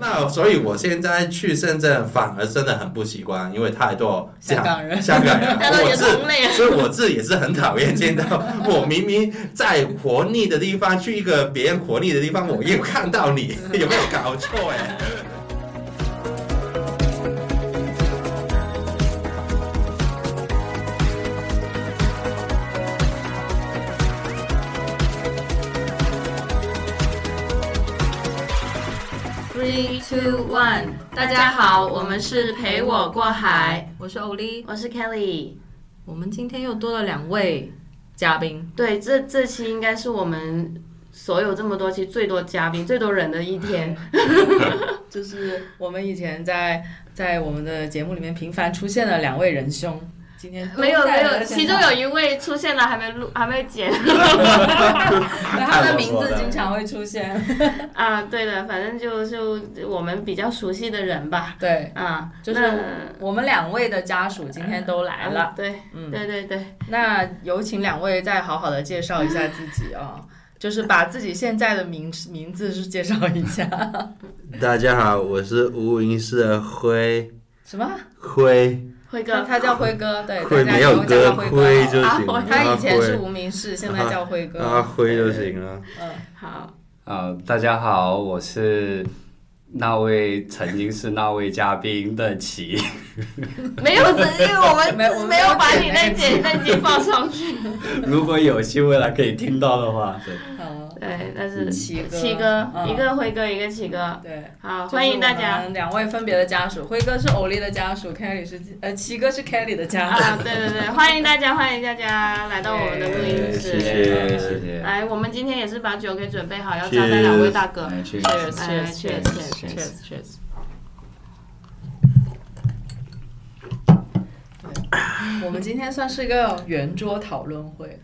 那所以我现在去深圳反而真的很不习惯，因为太多香港人， 所以我自己也是很讨厌见到我明明在活腻的地方，去一个别人活腻的地方，我又看到你，有没有搞错哎 ？3、2、1，大家好，我们是陪我过海， 我是欧丽， 我是 Kelly， 我们今天又多了2位嘉宾。 对，这期应该是我们所有这么多期最多嘉宾、最多人的一天。 就是我们以前在我们的节目里面频繁出现的2位仁兄。今天没有，其中有一位出现了，还没剪。 他的名字经常会出现。 啊，对的，反正就我们比较熟悉的人吧。 对， 啊， 就是我们2位的家属今天都来了。 对，对。 那有请2位再好好的介绍一下自己啊。就是把自己现在的名字是介绍一下。 大家好，我是无名氏的辉。 什么？ 辉哥， 他叫辉哥，对， 辉没有哥，辉就行。 他以前是无名氏，现在叫辉哥。 辉就行了。 好。 大家好，我是曾经是那位嘉宾邓奇。 没有，因为我们没有把你那集放上去。 如果有机会了可以听到的话，对。 对，但是奇哥，一个辉哥，一个奇哥。 对， 好，欢迎大家。 2位分别的家属，辉哥是欧丽的家属 ，Kelly 是奇哥是 Kelly 的家属。 对，欢迎大家来到我们的录音室。 谢谢。 来，我们今天也是把酒给准备好，要招待2位大哥。Cheers。 我们今天算是一个圆桌讨论会。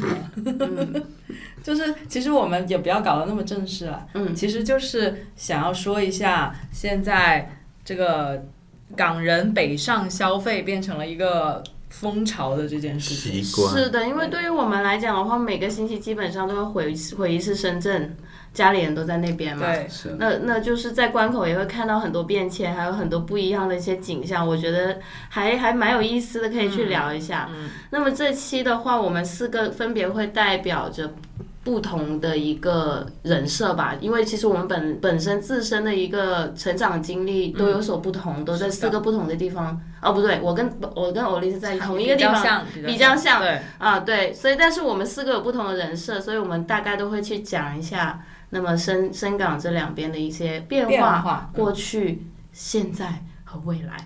就是其实我们也不要搞得那么正式了，其实就是想要说一下现在这个港人北上消费变成了一个风潮的这件事情。 是的，因为对于我们来讲的话，每个星期基本上都会回一次深圳，家里人都在那边嘛。 对， 那就是在关口也会看到很多变迁，还有很多不一样的一些景象，我觉得还蛮有意思的，可以去聊一下。那么这期的话，我们4个分别会代表着不同的一个人设吧，因为其实我们本身自身的一个成长经历都有所不同，都在4个不同的地方。不对，我跟欧丽是在同一个地方，比较像。对，所以但是我们4个有不同的人设，所以我们大概都会去讲一下，那么深港这2边的一些变化，过去、现在和未来。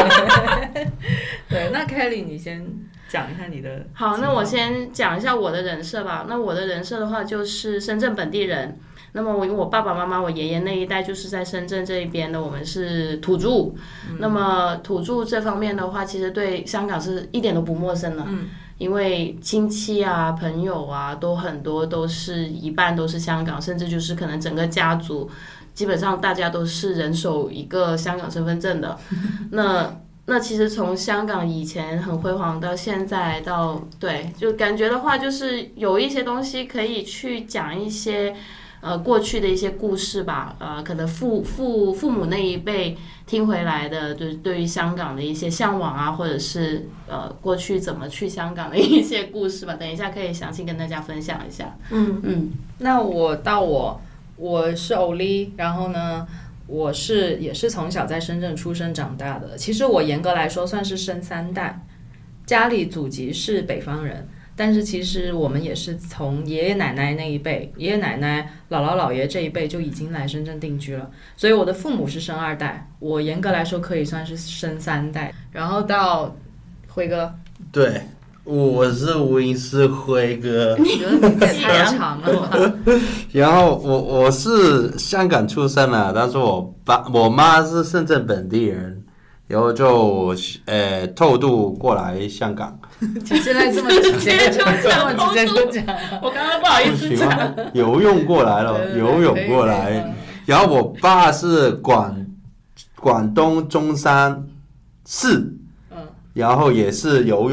对，那 Kelly 你先讲一下你的。 好，那我先讲一下我的人设吧。那我的人设的话就是深圳本地人。那么我爸爸妈妈、我爷爷那一代就是在深圳这一边的，我们是土著。那么土著这方面的话，其实对香港是一点都不陌生的。因为亲戚啊、朋友啊，都很多都是一半都是香港，甚至就是可能整个家族，基本上大家都是人手一个香港身份证的。那其实从香港以前很辉煌到现在对，就感觉的话，就是有一些东西可以去讲一些过去的一些故事吧。可能父母那一辈听回来的，对于香港的一些向往啊，或者是过去怎么去香港的一些故事吧。等一下可以详细跟大家分享一下。 那我是欧丽，然后呢，我也是从小在深圳出生长大的。其实我严格来说算是深3代，家里祖籍是北方人，但是其实我们也是从爷爷奶奶那一辈，爷爷奶奶、姥姥姥爷这一辈就已经来深圳定居了。所以我的父母是深2代，我严格来说可以算是深3代。然后到辉哥， 对，我是无名氏辉哥。 你觉得名字也太长了吧？ 然后我是香港出生的，但是我妈是深圳本地人，然后就偷渡过来香港。 你现在这么直接就讲， 我刚刚不好意思讲， 游泳过来了，游泳过来。然后我爸是广东中山市，然后也是游泳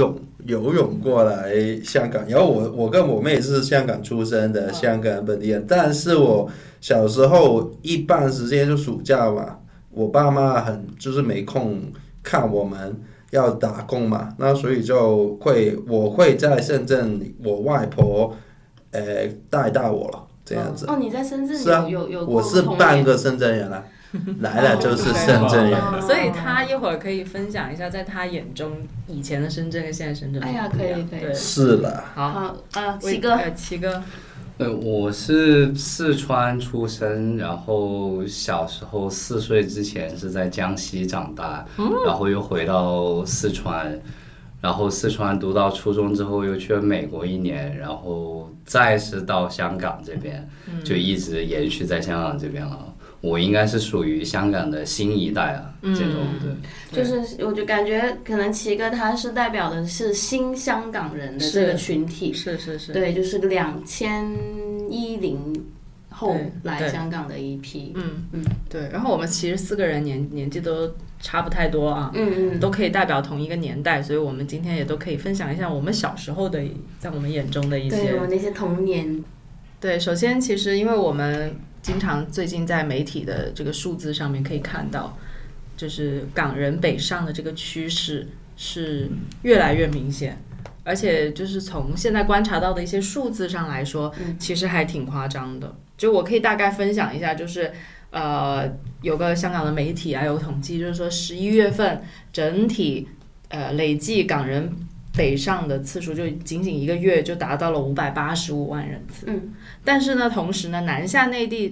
游泳过来香港，然后我跟我妹是香港出生的香港本地人，但是我小时候一半时间就暑假嘛，我爸妈就是没空看我们要打工嘛，那所以我会在深圳，我外婆带大我了这样子。 哦，你在深圳是啊， 有我是半个深圳人啊。来了就是深圳人， 所以他一会儿可以分享一下，在他眼中以前的深圳跟现在深圳。 哎呀，可以， 对， 是了。 好，齐哥， 我是四川出生，然后小时候4岁之前是在江西长大，然后又回到四川，然后四川读到初中之后又去了美国1年，然后再是到香港这边，就一直延续在香港这边了。我应该是属于香港的新一代啊，这种对，就是我就感觉可能齐哥他是代表的是新香港人的这个群体， 是， 对，就是2010后来香港的一批， 对。然后我们其实4个人年纪都差不太多啊，都可以代表同一个年代，所以我们今天也都可以分享一下我们小时候的，在我们眼中的一些， 对我们那些童年。 对，首先其实因为我们经常最近在媒体的这个数字上面可以看到，就是港人北上的这个趋势是越来越明显，而且就是从现在观察到的一些数字上来说，其实还挺夸张的。就我可以大概分享一下，就是有个香港的媒体啊有统计，就是说11月份整体累计港人北上的次数就仅仅1个月就达到了585万人次，但是呢，同时呢，南下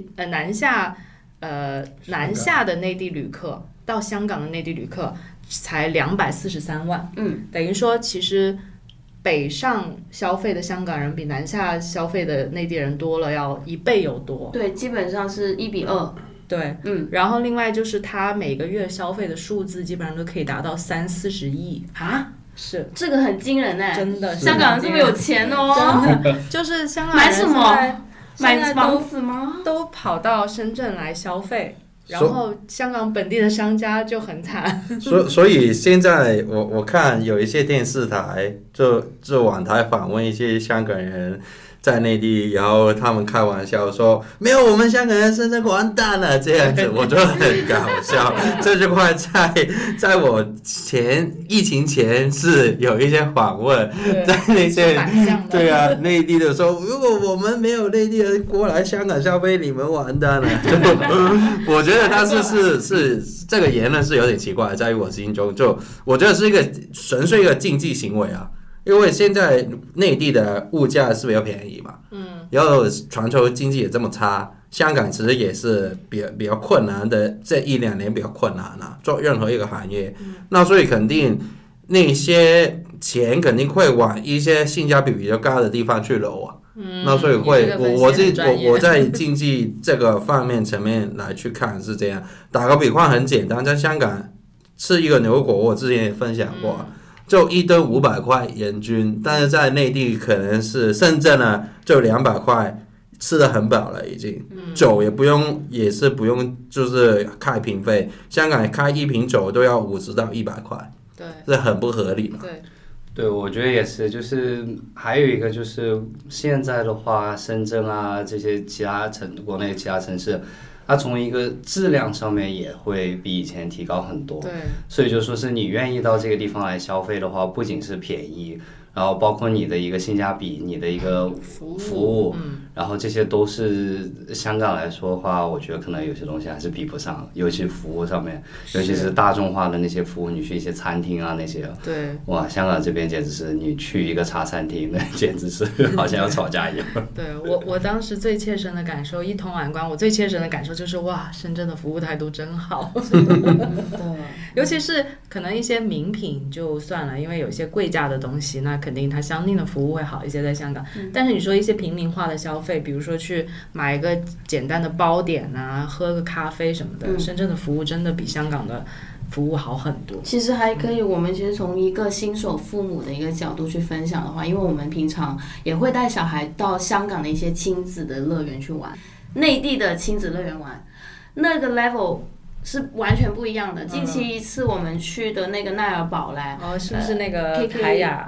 的内地旅客到香港的内地旅客才243万，等于说其实北上消费的香港人比南下消费的内地人多了要1倍有多， 对，基本上是1比2。 对，然后另外就是他每个月消费的数字基本上都可以达到30-40亿啊。 是， 这个很惊人哎， 真的， 香港人这么有钱哦， 真的就是香港人买什么？买房子吗？ 都跑到深圳来消费，然后香港本地的商家就很惨。 所以现在我看有一些电视台就网台访问一些香港人在内地，然后他们开玩笑说没有我们香港人深圳完蛋了这样子，我觉得很搞笑。这句话在我疫情前是有一些访问，在那些对啊内地的说，如果我们没有内地人过来香港消费，你们完蛋了。我觉得他是这个言论是有点奇怪，在于我心中，就我觉得是纯粹一个经济行为啊。因为现在内地的物价是比较便宜嘛，然后全球经济也这么差，香港其实也是比较困难的，这1-2年比较困难啊，做任何一个行业，那所以肯定那些钱肯定会往一些性价比比较高的地方去流啊，那所以我在经济这个方面层面来去看是这样，打个比方很简单，在香港吃一个牛肉火锅，我之前也分享过。就1吨500块人均，但是在内地可能是深圳呢，就200块，吃得很饱了已经。酒也不用，就是开瓶费，香港开1瓶酒都要50到100块， 对， 这很不合理嘛。 对，我觉得也是，就是还有一个就是现在的话，深圳啊这些国内其他城市。它从一个质量上面也会比以前提高很多， 对， 所以就说是你愿意到这个地方来消费的话，不仅是便宜，然后包括你的一个性价比，你的一个服务，然后这些都是香港来说的话，我觉得可能有些东西还是比不上，尤其服务上面，尤其是大众化的那些服务，你去一些餐厅啊那些， 对， 哇，香港这边简直是你去一个茶餐厅，那简直是好像要吵架一样。 对，我当时最切身的感受，一通晚观，我最切身的感受就是哇，深圳的服务态度真好。 对， 尤其是可能一些名品就算了，因为有些贵价的东西，那肯定它相应的服务会好一些在香港。但是你说一些平民化的消费，比如说去买一个简单的包点啊，喝个咖啡什么的，深圳的服务真的比香港的服务好很多。 其实还可以，我们其实从一个新手父母的一个角度去分享的话，因为我们平常也会带小孩到香港的一些亲子的乐园去玩，内地的亲子乐园玩，那个 level是完全不一样的。近期一次我们去的那个奈尔堡来， 是不是那个凯雅？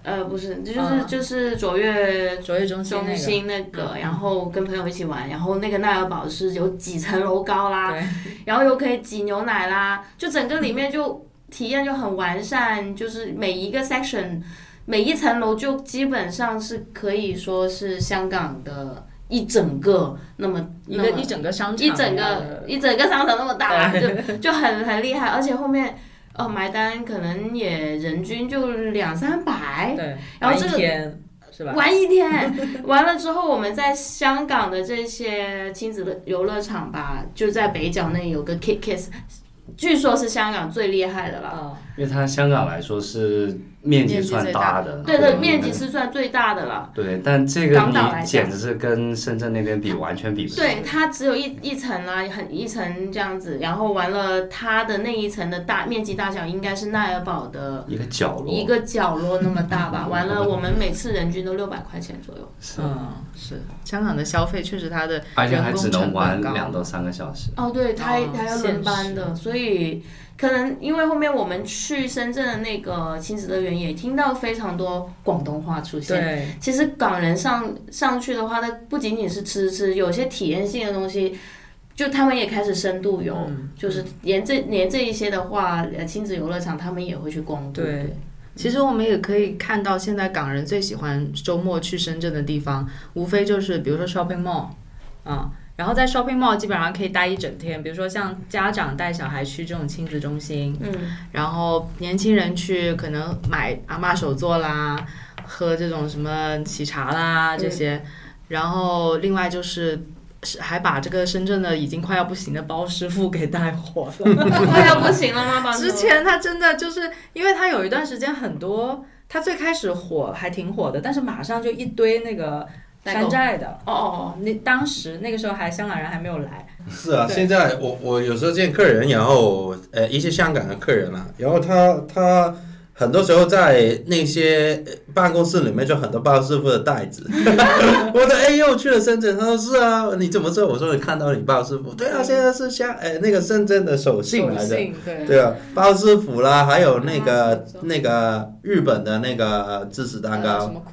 不是，就是卓越中心那个，然后跟朋友一起玩，然后那个奈尔堡是有几层楼高啦，然后又可以挤牛奶啦，就整个里面就体验就很完善，就是每一个 section 每一层楼就基本上是可以说是香港的一整个一整个商场， 一整个商场那么大，就很厉害，而且后面。买单可能也人均就200-300， 对， 然后这个是吧？ 玩一天，完了之后我们在香港的这些亲子的游乐场吧，就在北角那里有个 KidKids， 据说是香港最厉害的了。 因为它香港来说是面积算大的， 对，面积是算最大的了。 对，但这个你简直是跟深圳那边比完全比不上。 对，它只有一层啊，一层这样子，然后完了它的那一层的面积大小应该是奈尔堡的一个角落那么大吧。完了，我们每次人均都600块钱左右。 是香港的消费确实它的而且还只能玩2到3个小时。 对，它要轮班的，所以。可能因为后面我们去深圳的那个亲子乐园也听到非常多广东话出现。 对， 其实港人上去的话，它不仅仅是吃，有些体验性的东西，就他们也开始深度游，就是连这一些的话，亲子游乐场他们也会去光顾。 对。其实我们也可以看到，现在港人最喜欢周末去深圳的地方，无非就是比如说 shopping mall，然后在 shopping mall 基本上可以待一整天，比如说像家长带小孩去这种亲子中心，然后年轻人去可能买阿嬷手作啦，喝这种什么喜茶啦这些，然后另外就是还把这个深圳的已经快要不行的包师傅给带火了。 快要不行了吗？ 之前他真的就是因为他有一段时间很多，他最开始火还挺火的，但是马上就一堆那个山寨的那当时那个时候香港人还没有来。 是啊，现在我有时候见客人，然后一些香港的客人啊，然后他很多时候在那些办公室里面就很多包师傅的袋子。我说又去了深圳，他说是啊，你怎么知道？我说你看到你包师傅，对啊，现在是那个深圳的手信来的，对啊，包师傅啦，还有那个日本的那个芝士蛋糕， 什么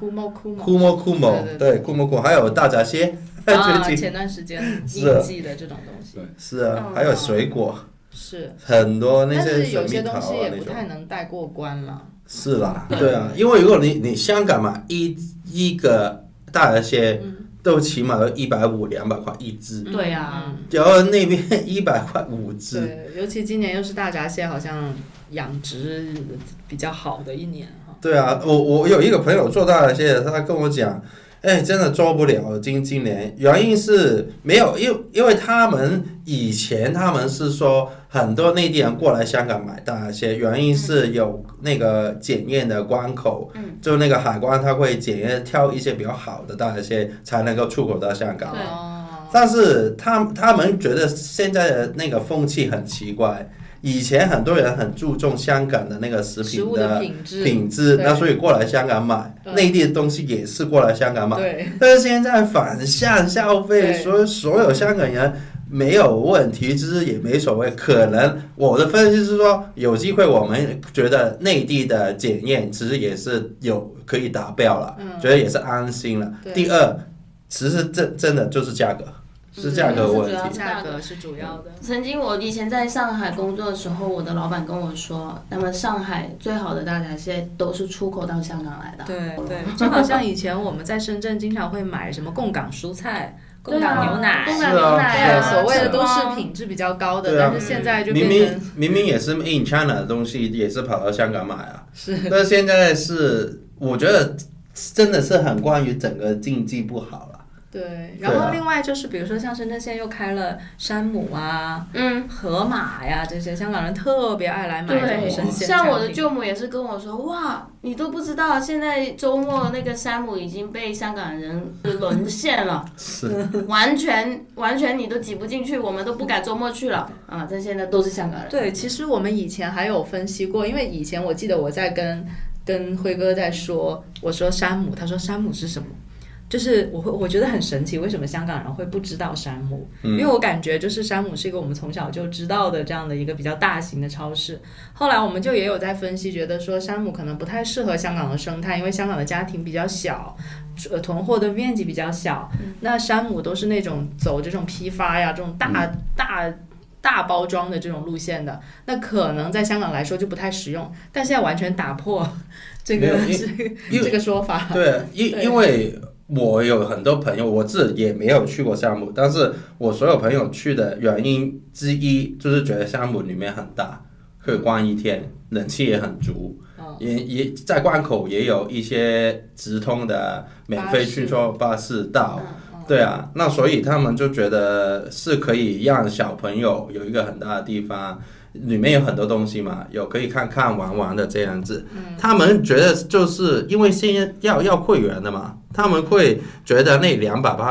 Kumo， 对 Kumo， 还有大闸蟹， 前段时间应季的这种东西， 是啊，还有水果。 是很多那些但是有些东西也不太能带过关了。 是啦，对啊，因为如果你香港嘛，一个大闸蟹都起码要150-200块一只。 对啊， 然后那边100块5只。 对，尤其今年又是大闸蟹好像养殖比较好的一年哈。 对啊，我有一个朋友做大闸蟹，他跟我讲。真的做不了今年，原因是没有，因为以前他们是说很多内地人过来香港买大闸蟹，原因是有那个检验的关口，就那个海关他会检验挑一些比较好的大闸蟹才能够出口到香港。但是他们觉得现在的那个风气很奇怪。以前很多人很注重香港的那个食品的品质，那所以过来香港买，内地的东西也是过来香港买。但是现在反向消费，所有香港人没有问题，其实也没所谓。可能我的分析是说，有机会我们觉得内地的检验其实也是可以达标了，觉得也是安心了。第二，其实真的就是价格。是价格问题， 价格是主要的。 曾经我以前在上海工作的时候，我的老板跟我说，那么上海最好的大闸蟹都是出口到香港来的。 对，就好像以前我们在深圳经常会买什么贡港蔬菜、贡港牛奶，所谓的都是品质比较高的，但是现在就变成明明也是 in China 的东西，也是跑到香港买啊。 是， 但是现在是我觉得真的是很关于整个经济不好了。 对，然后另外就是比如说像深圳现在又开了山姆啊、河马呀这些，香港人特别爱来买这种生鲜。 像我的舅母也是跟我说，哇，你都不知道现在周末那个山姆已经被香港人沦陷了， 是完全你都挤不进去，我们都不敢周末去了啊！但现在都是香港人。 对，其实我们以前还有分析过，因为以前我记得我在跟辉哥在说，我说山姆，他说山姆是什么？ 就是我觉得很神奇，为什么香港人会不知道山姆？因为我感觉就是山姆是一个我们从小就知道的这样的一个比较大型的超市。后来我们就也有在分析，觉得说山姆可能不太适合香港的生态，因为香港的家庭比较小，囤货的面积比较小。那山姆都是那种走这种批发呀，这种大包装的这种路线的，那可能在香港来说就不太实用。但现在完全打破这个说法。 对，因为我有很多朋友，我自己也没有去过山姆，但是我所有朋友去的原因之一就是觉得山姆里面很大，可以逛一天，冷气也很足，也在关口也有一些直通的免费去坐巴士到。对啊，那所以他们就觉得是可以让小朋友有一个很大的地方，里面有很多东西嘛，有可以看看玩的这样子。他们觉得就是因为现在要会员的嘛，他们会觉得那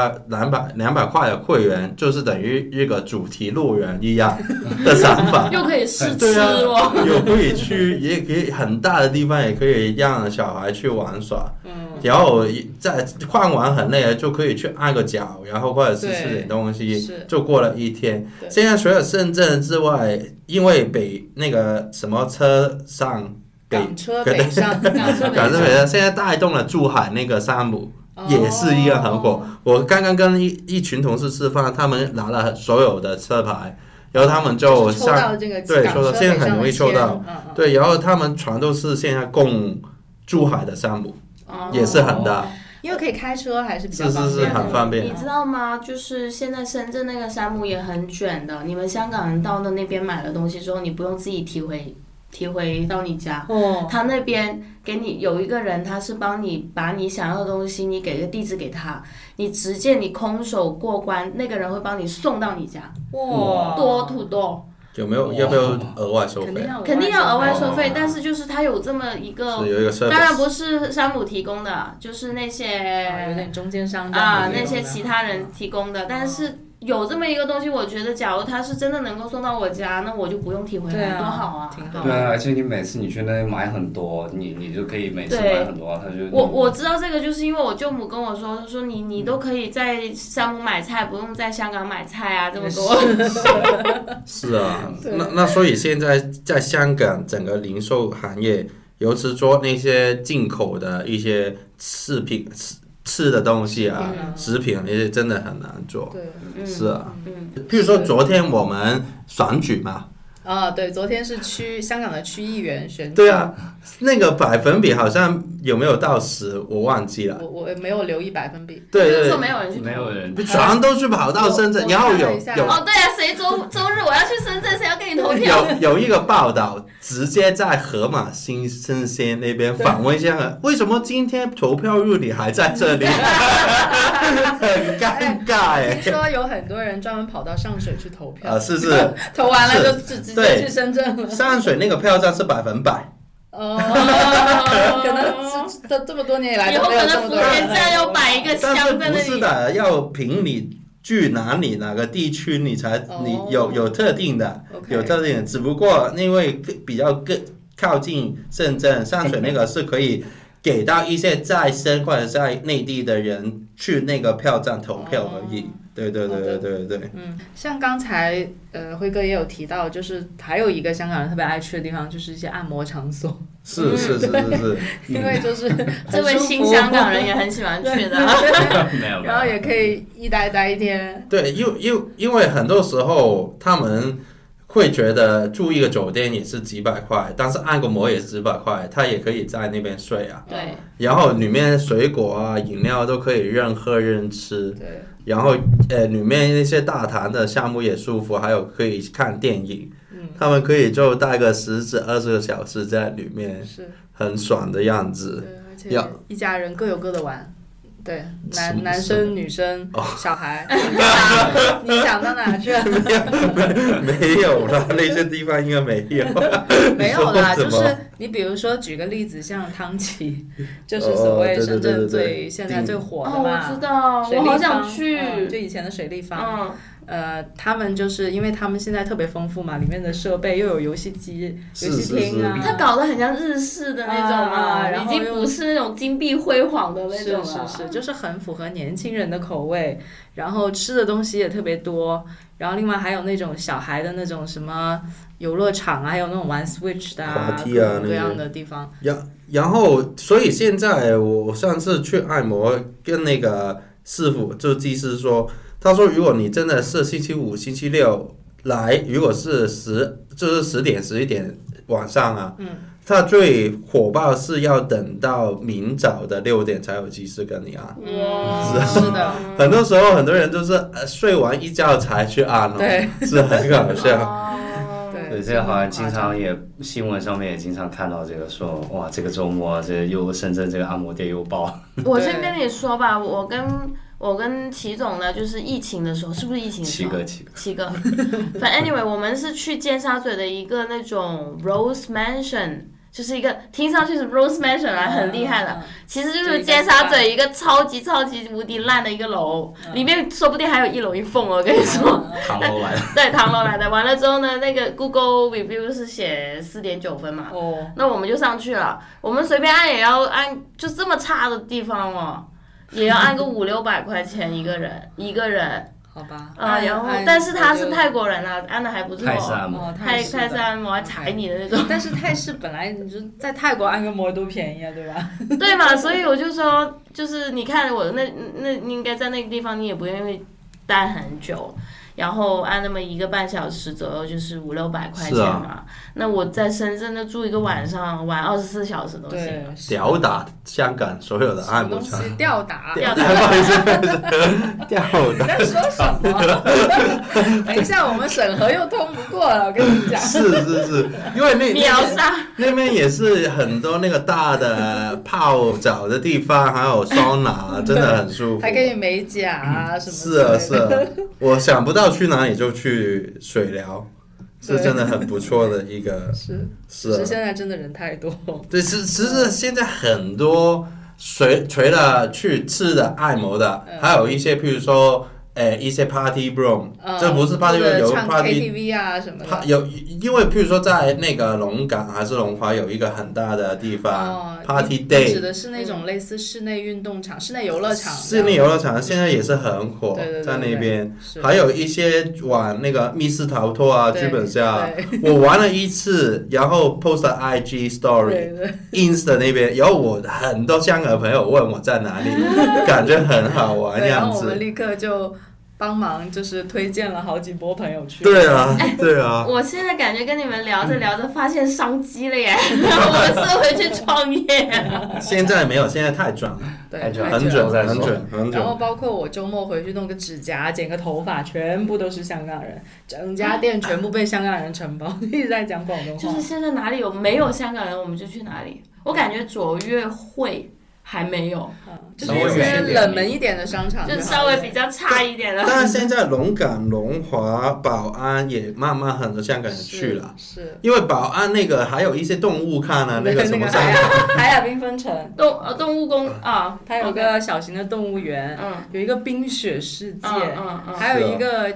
200块的会员就是等于一个主题乐园一样的想法。 又可以试吃对啊， 咯。 有可以去，也可以很大的地方，也可以让小孩去玩耍。然后在逛完很累了，就可以去按个脚，然后或者是吃点东西，就过了一天。现在除了深圳之外，因为那个什么车上港车北上， 港车北上，现在带动了珠海那个山姆。也是一样很火。我刚刚跟一群同事吃饭，他们拿了所有的车牌，然后他们就抽到这个对，抽到现在很容易抽到，对，然后他们全都是现在供珠海的山姆，也是很大。 因为可以开车还是比较方便， 是很方便。 你知道吗？就是现在深圳那个山姆也很卷的，你们香港人到那边买了东西之后，你不用自己提回到你家，他那边给你有一个人，他是帮你把你想要的东西，你给个地址给他，你直接你空手过关，那个人会帮你送到你家。 哇， 多土多。 要不要额外收费？ 肯定要额外收费，但是就是它有这么一个，当然不是山姆提供的，就是那些有点中间商那些其他人提供的，但是有这么一个东西，我觉得假如它是真的能够送到我家，那我就不用提回来，多好啊！ 对啊，而且你每次你去那里买很多，你就可以每次买很多，他就我知道这个，就是因为我舅母跟我说，她说你都可以在山姆买菜，不用在香港买菜啊，这么多。 是啊，那所以现在在香港整个零售行业，尤其做那些进口的一些吃的东西啊，食品那些真的很难做。 对， 是啊，譬如说昨天我们选举嘛。 对，昨天是香港的区议员选举。 对啊，那个百分比好像有没有到10，我忘记了。 我没有留意百分比。 对，没有人去， 没有人， 全都去跑到深圳，然后有对啊，谁周日我要去深圳，谁要跟你投票？ 有一个报道，直接在盒马新鲜那边访问香港，为什么今天投票日你还在这里？很尴尬。 听说有很多人专门跑到上水去投票。 是， 投完了就直接去深圳了。 上水那个票站是100%。 可能这么多年以来以后可能福田站要摆一个箱在那里。 不是的，要凭你去哪个地区，你有特定的，有特定的。只不过因为比较靠近深圳，上水那个是可以给到一些在深或者在内地的人去那个票站投票而已。对。 像刚才辉哥也有提到，就是还有一个香港人特别爱去的地方，就是一些按摩场所。 是， 因为就是这位新香港人也很喜欢去的， 然后也可以一待一天。 对，因为很多时候他们会觉得住一个酒店也是几百块，但是按个摩也是几百块，他也可以在那边睡啊。 对。 然后里面水果啊、饮料都可以任喝任吃。 对。 然后里面那些大堂的项目也舒服，还有可以看电影。他们可以就待个10至20个小时在里面，是很爽的样子。 对，而且一家人各有各的玩。对，男生、女生、小孩，你想到哪去了？ 没有啦，那些地方应该没有。 没有啦，就是你比如说举个例子，像汤奇，就是所谓深圳现在最火的嘛。 我知道，我好想去。 就以前的水立方。 他们就是因为他们现在特别丰富嘛，里面的设备又有游戏机、游戏厅啊， 它搞得很像日式的那种嘛， 然后已经不是那种金碧辉煌的那种了。 是，就是很符合年轻人的口味，然后吃的东西也特别多，然后另外还有那种小孩的那种什么游乐场啊，还有那种玩 Switch 的滑梯啊， 各样的地方。 然后，所以现在我上次去按摩，跟那个师傅就技师说，他说如果你真的是星期五、星期六来，如果是10点、11点晚上啊，他最火爆是要等到明早的6点才有技师跟你按。 哇， 是的， 很多时候很多人都是睡完一觉才去按哦， 对， 是很搞笑。 对，这个好像经常也新闻上面也经常看到这个说，哇，这个周末这又深圳这个按摩店又爆。 我先跟你说吧，我跟齐总呢，就是疫情的时候，是不是疫情的时候？七个。反正 anyway， 我们是去尖沙咀的一个那种 Rose Mansion。就是一个听上去是 Rose Mansion 啊，很厉害的，其实就是尖沙咀一个超级无敌烂的一个楼，里面说不定还有一楼一凤哦，我跟你说。 唐楼来的。 对，唐楼来的。完了之后呢，那个 Google review 是写4.9分嘛，那我们就上去了，我们随便按也要按，就这么差的地方哦，也要按个500-600块钱一个人。 好吧， 然后但是他是泰国人啊，按的还不错， 泰式按摩， 泰式按摩还踩你的那种。 但是泰式本来你就在泰国按个摩多便宜啊，对吧？ 对嘛，所以我就说，就是你看我那应该在那个地方，你也不愿意待很久。然后按那么1个半小时左右，就是500-600块钱嘛。那我在深圳的住一个晚上，玩24小时都行。 吊打香港所有的按摩场。 吊打。 不好意思，吊打。 你在说什么？等一下，我们审核又通不过了，我跟你讲。 是，因为那边也是很多那个大的泡澡的地方，还有桑拿，真的很舒服。 还可以美甲啊什么。 是啊，我想不到去哪里就去水疗，是真的很不错的一个。是， 现在真的人太多。 对，其实现在很多除了去吃的按摩的，还有一些譬如说一些 party room，这不是 party room， 有 party KTV 啊什么的。 因为譬如说在那个龙岗还是龙华有一个很大的地方，party day， 指的是那种类似室内运动场、室内游乐场。 室内游乐场现在也是很火，在那边还有一些玩那个密室逃脱啊，剧本杀，我玩了一次，然后 post IG story，ins 的那边，然后我很多香港的朋友问我在哪里，感觉很好玩样子。 然后我们立刻就帮忙，就是推荐了好几波朋友去。 对啊。 我现在感觉跟你们聊着，发现商机了耶！我是回去创业。 现在没有，现在太准了， 对， 很准。 然后包括我周末回去弄个指甲、剪个头发，全部都是香港人，整家店全部被香港人承包，一直在讲广东话。 就是现在哪里没有香港人，我们就去哪里。我感觉卓越会。还没有， 就是一些冷门一点的商场， 就稍微比较差一点的。 但是现在龙岗、龙华、宝安也慢慢很多香港人去了， 是因为宝安那个还有一些动物看啊，那个什么海雅缤纷城动物宫啊， 它有个小型的动物园，有一个冰雪世界，还有一个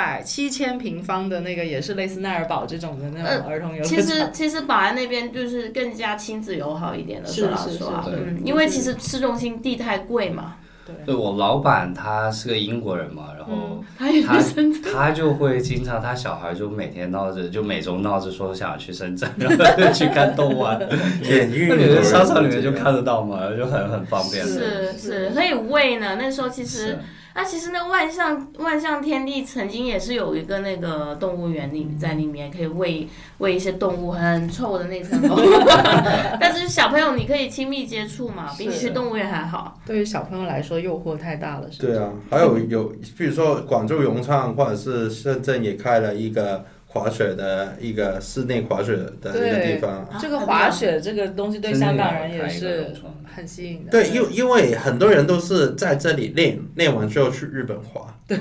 7000平方的那个也是类似奈尔堡这种的那种儿童游乐场。 其实宝安那边就是更加亲子友好一点的，说老实话，因为其实市中心地太贵嘛。 对，我老板他是个英国人嘛，然后他就会经常，他小孩就每天闹着，就每周闹着说想去深圳，然后去看动物啊，那商场里面就看得到嘛，就很方便。 是，所以喂呢，那时候其实那万象天地曾经也是有一个那个动物园在里面，可以喂一些动物，很臭的那层楼。但是小朋友你可以亲密接触嘛，比你去动物园还好。 对于小朋友来说，诱惑太大了。 对啊，还有比如说广州融创或者是深圳也开了一个滑雪的一个室内滑雪的一个地方。 这个滑雪这个东西对香港人也是很吸引的。 对，因为很多人都是在这里练完之后去日本滑。对。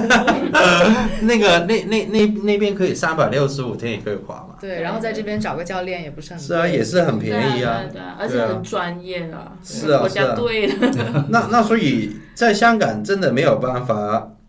那边可以365天也可以滑嘛。 对，然后在这边找个教练也不是很贵。 是啊，也是很便宜啊。 对，而且很专业啊。 是啊， 国家队的。 那所以在香港真的没有办法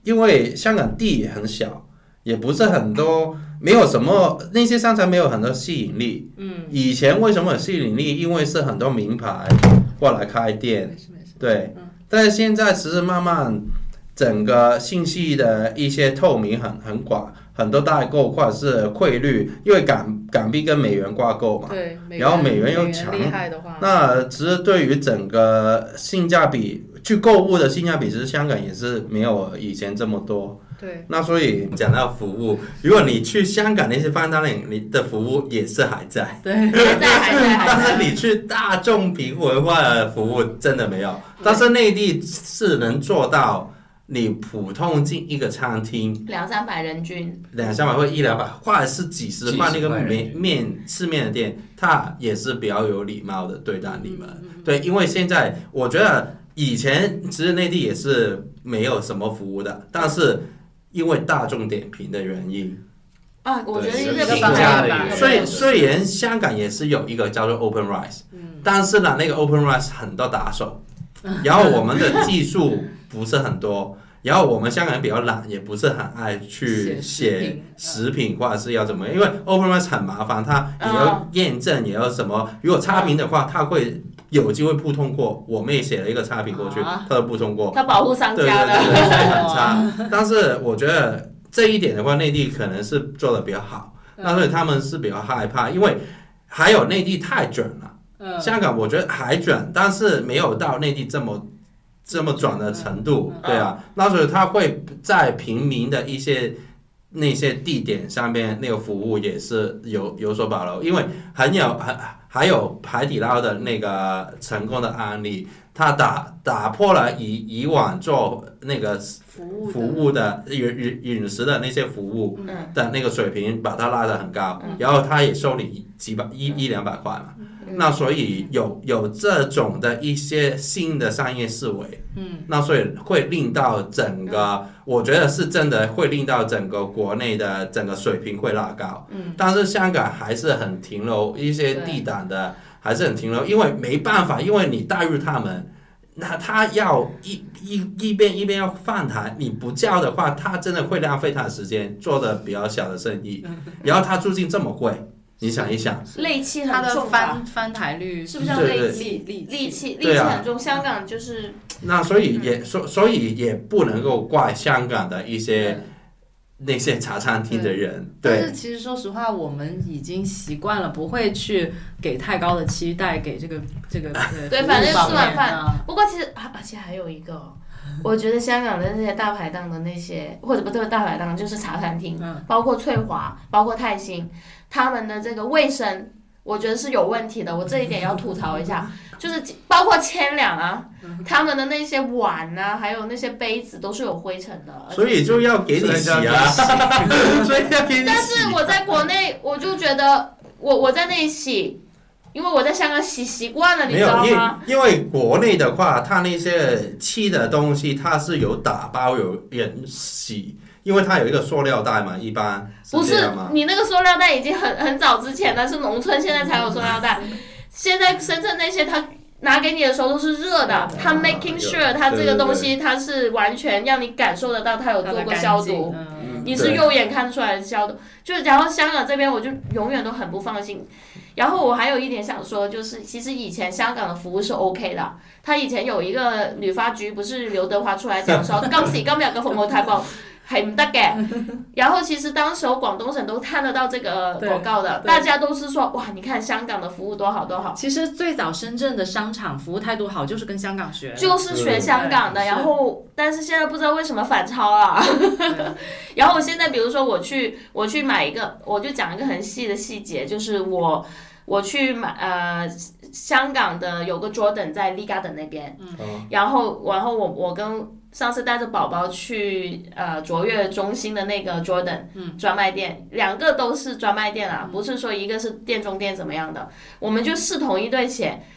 因为香港地也很小，也不是很多，没有什么那些商场没有很多吸引力。以前为什么有吸引力？因为是很多名牌过来开店，对。但是现在其实慢慢整个信息的一些透明很广，很多代购或者是汇率，因为港币跟美元挂钩嘛， 对， 然后美元又强， 厉害的话， 那其实对于整个性价比，去购物的性价比，其实香港也是没有以前这么多。 对， 那所以讲到服务，如果你去香港那些饭店，你的服务也是还在， 对， 还在。 但是你去大众平文化的服务真的没有。但是内地是能做到，你普通进一个餐厅 200-300人均 ，200-300或100-200，或者是几十块那个吃面的店，他也是比较有礼貌的对待你们。对，因为现在我觉得以前其实内地也是没有什么服务的，但是因为大众点评的原因啊，我觉得是评价的原因。 虽然香港也是有一个叫做 Open Rice，但是呢，那个 Open Rice 很多打手，然后我们的技术不是很多，然后我们香港人比较懒，也不是很爱去写食品或者是要怎么样，因为 Open Rice 很麻烦，它也要验证，也要什么，如果差评的话，它会有机会不通过。我妹写了一个差评过去，它都不通过。 它保护商家的， 对，很差。但是我觉得这一点的话，内地可能是做的比较好，那所以他们是比较害怕，因为还有内地太卷了。香港我觉得还卷，但是没有到内地这么转的程度，对啊，那所以他会在平民的那些地点上面，那个服务也是有所保留，因为还有海底捞的那个成功的案例，他打破了以往做那个服务的饮食的那些服务的那个水平，把它拉得很高，然后他也收你100-200块嘛。那所以有这种的一些新的商业思维，那所以会令到整个，我觉得是真的会令到整个国内的整个水平会拉高，但是香港还是很停留，一些地胆的还是很停留，因为没办法，因为你带入他们，那他要一边要饭台，你不叫的话，他真的会浪费他的时间，做的比较小的生意，然后他租金这么贵。你想一想， 戾气它的很重， 翻台率是不是叫戾气？戾气很重，香港就是。 那所以也不能够怪香港的一些那些茶餐厅的人。对。 但是其实说实话，我们已经习惯了，不会去给太高的期待给这个对，反正吃完饭。不过其实而且还有一个。我觉得香港的那些大排档的那些，或者不对，大排档就是茶餐厅，包括翠华，包括泰兴，他们的这个卫生，我觉得是有问题的。我这一点要吐槽一下，就是包括千两啊，他们的那些碗啊，还有那些杯子都是有灰尘的。 所以就要给你洗啊，所以要给你洗。 但是我在国内，我就觉得我在那里洗。因为我在香港洗习惯了，你知道吗？ 因为国内的话，它那些吃的东西，它是有打包有人洗，因为它有一个塑料袋嘛，一般不是你那个塑料袋已经很早之前了，是农村现在才有塑料袋。现在深圳那些他拿给你的时候都是热的，他 making sure 他这个东西它是完全让你感受得到他有做过消毒，你是肉眼看出来的消毒。就是然后香港这边我就永远都很不放心。然后我还有一点想说，就是其实以前香港的服务是 OK 的，他以前有一个旅發局，不是劉德華出來講說，今時今日嘅服務態度係唔得嘅。然後其實當時廣東省都看得到這個廣告的，大家都是說哇，你看香港的服務多好多好。 其實最早深圳的商場服務態度好，就是跟香港學， 就是學香港的。然後但是現在不知道為什麼反超了。然後我現在比如說我去買一個，我就講一個很細的細節，就是我去買香港的有個 Jordan 在利嘉登那邊，然後我跟上次帶着寶寶去卓越中心的那個 Jordan 專賣店，兩個都是專賣店啊，不是說一個是店中店怎麼樣的，我們就試同一對鞋。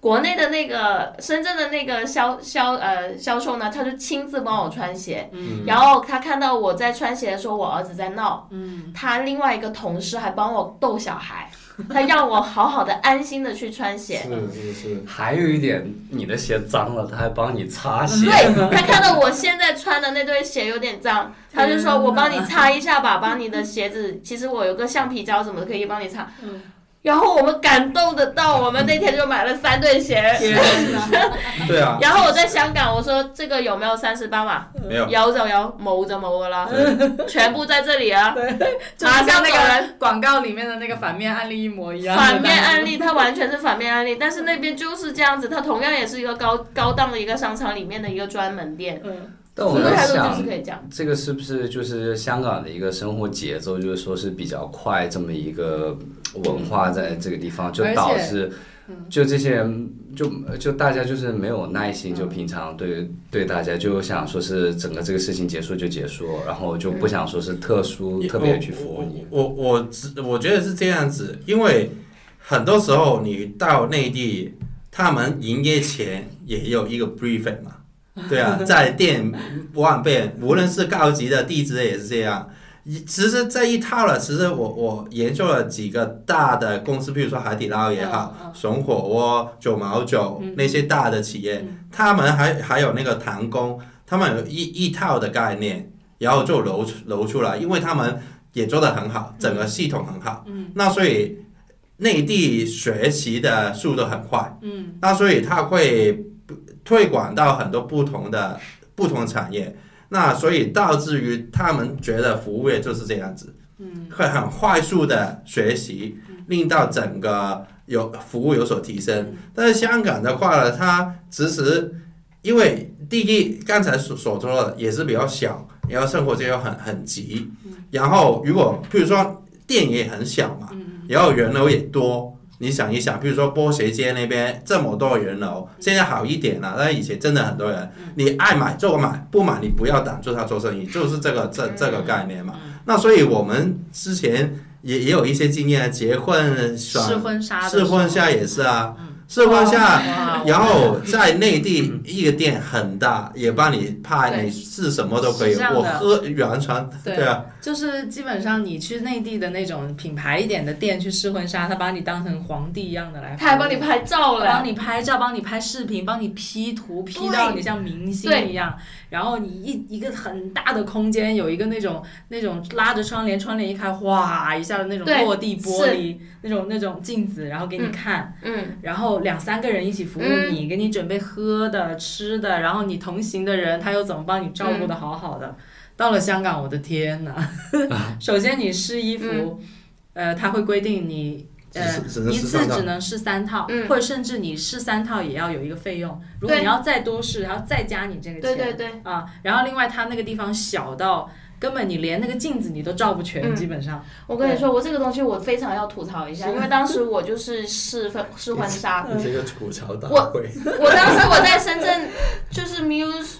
国内的那个深圳的那个销售呢，他就亲自帮我穿鞋，然后他看到我在穿鞋的时候，我儿子在闹，他另外一个同事还帮我逗小孩，他让我好好的安心的去穿鞋。 是。 还有一点，你的鞋脏了，他还帮你擦鞋。 对，他看到我现在穿的那对鞋有点脏，他就说我帮你擦一下吧，把你的鞋子，其实我有个橡皮胶什么的可以帮你擦。然后我们感动得到，我们那天就买了3对鞋。 對啊。 然後我在香港，我說這個有沒有38碼？ 沒有。 有就有，冇就冇噶啦，全部在這裡啊！ 就像那個廣告裡面的那個反面案例一模一樣。 反面案例，它完全是反面案例，但是那邊就是這樣子，它同樣也是一個高檔的一個商場裡面的一個專門店。 但我在想，这个是不是就是香港的一个生活节奏，就是说是比较快这么一个文化在这个地方，就导致就这些人就大家就是没有耐心，就平常对大家就想说是整个这个事情结束就结束，然后就不想说是特别去服务你。 我觉得是这样子，因为很多时候你到内地，他们营业前也有一个 briefing 嘛。对啊，在店万遍，无论是高级的地址也是这样。其实这一套了，其实我研究了几个大的公司，比如说海底捞也好，熊火锅、9毛9那些大的企业，他们还有那个唐宫，他们有一套的概念，然后就揉出来，因为他们也做得很好，整个系统很好。那所以内地学习的速度很快。那所以他会推广到很多不同的产业，那所以导致于他们觉得服务业就是这样子，会很快速的学习，令到整个服务有所提升。但是香港的话呢，它其实因为第一刚才所说的也是比较小，然后生活节奏很急，然后如果譬如说店也很小嘛，然后人流也多。你想一想，比如说波鞋街那边这么多人流，现在好一点了，但以前真的很多人，你爱买就买，不买你不要挡住他做生意，就是这个概念嘛。那所以我们之前也有一些经验，结婚试婚纱也是啊。试婚纱，然后在内地一个店很大，也帮你拍，你试什么都可以。我喝原传，对啊， 就是基本上你去内地的那种品牌一点的店去试婚纱，他把你当成皇帝一样的来， 他还帮你拍照了， 帮你拍照，帮你拍视频，帮你 P 图 P 到你像明星一样。然后你一个很大的空间，有一个那种拉着窗帘一开，哗一下的那种落地玻璃，那种镜子，然后给你看，然后2-3个人一起服务你，给你准备喝的吃的，然后你同行的人他又怎么帮你照顾的好好的。到了香港，我的天哪！首先你试衣服，他会规定你一次只能试3套，或者甚至你试3套也要有一个费用。如果你要再多试，还要再加你这个钱。 对啊，然后另外他那个地方小到根本你连那个镜子你都照不全，基本上。 我跟你说，我这个东西我非常要吐槽一下，因为当时我就是试婚纱。 这个吐槽大会。 我当时我在深圳就是 Muse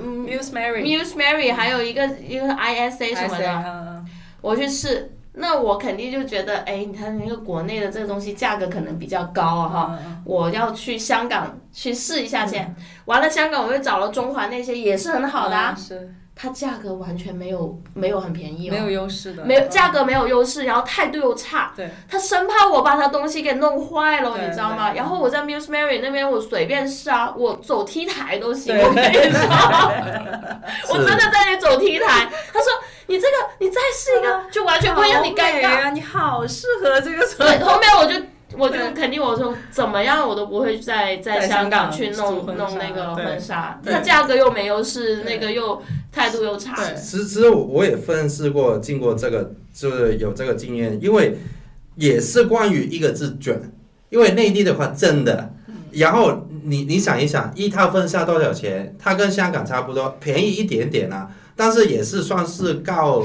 Mary 还有一个 ISA 什么的，我去试。那我肯定就觉得，你看那个国内的这个东西价格可能比较高啊哈，我要去香港去试一下先。完了香港我又找了中环那些也是很好的啊，它价格完全没有很便宜没有优势的， 价格没有优势，然后态度又差，他生怕我把他东西给弄坏了，你知道吗？然后我在 Muse Mary 那边我随便试啊，我走 T 台都行，我跟你说，我真的在那里走 T 台，他说。你这个，你再试一个，就完全不会让你尴尬。 你好适合这个。 对，后面我就肯定我说怎么样我都不会在香港去弄那个婚纱，它价格又没优势，那个又态度又差。 其实我也分析过，经过这个就是有这个经验，因为也是关于一个字卷，因为内地的话真的，然后你想一想，一套婚纱多少钱？它跟香港差不多，便宜一点点啊。但是也是算是高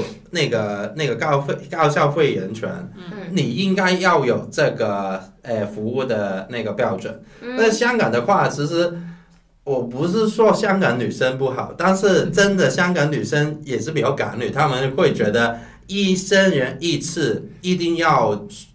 消费人群，你应该要有这个服务的那个标准。但是香港的话，其实我不是说香港女生不好，但是真的香港女生也是比较港女，她们会觉得一生人一次，一定要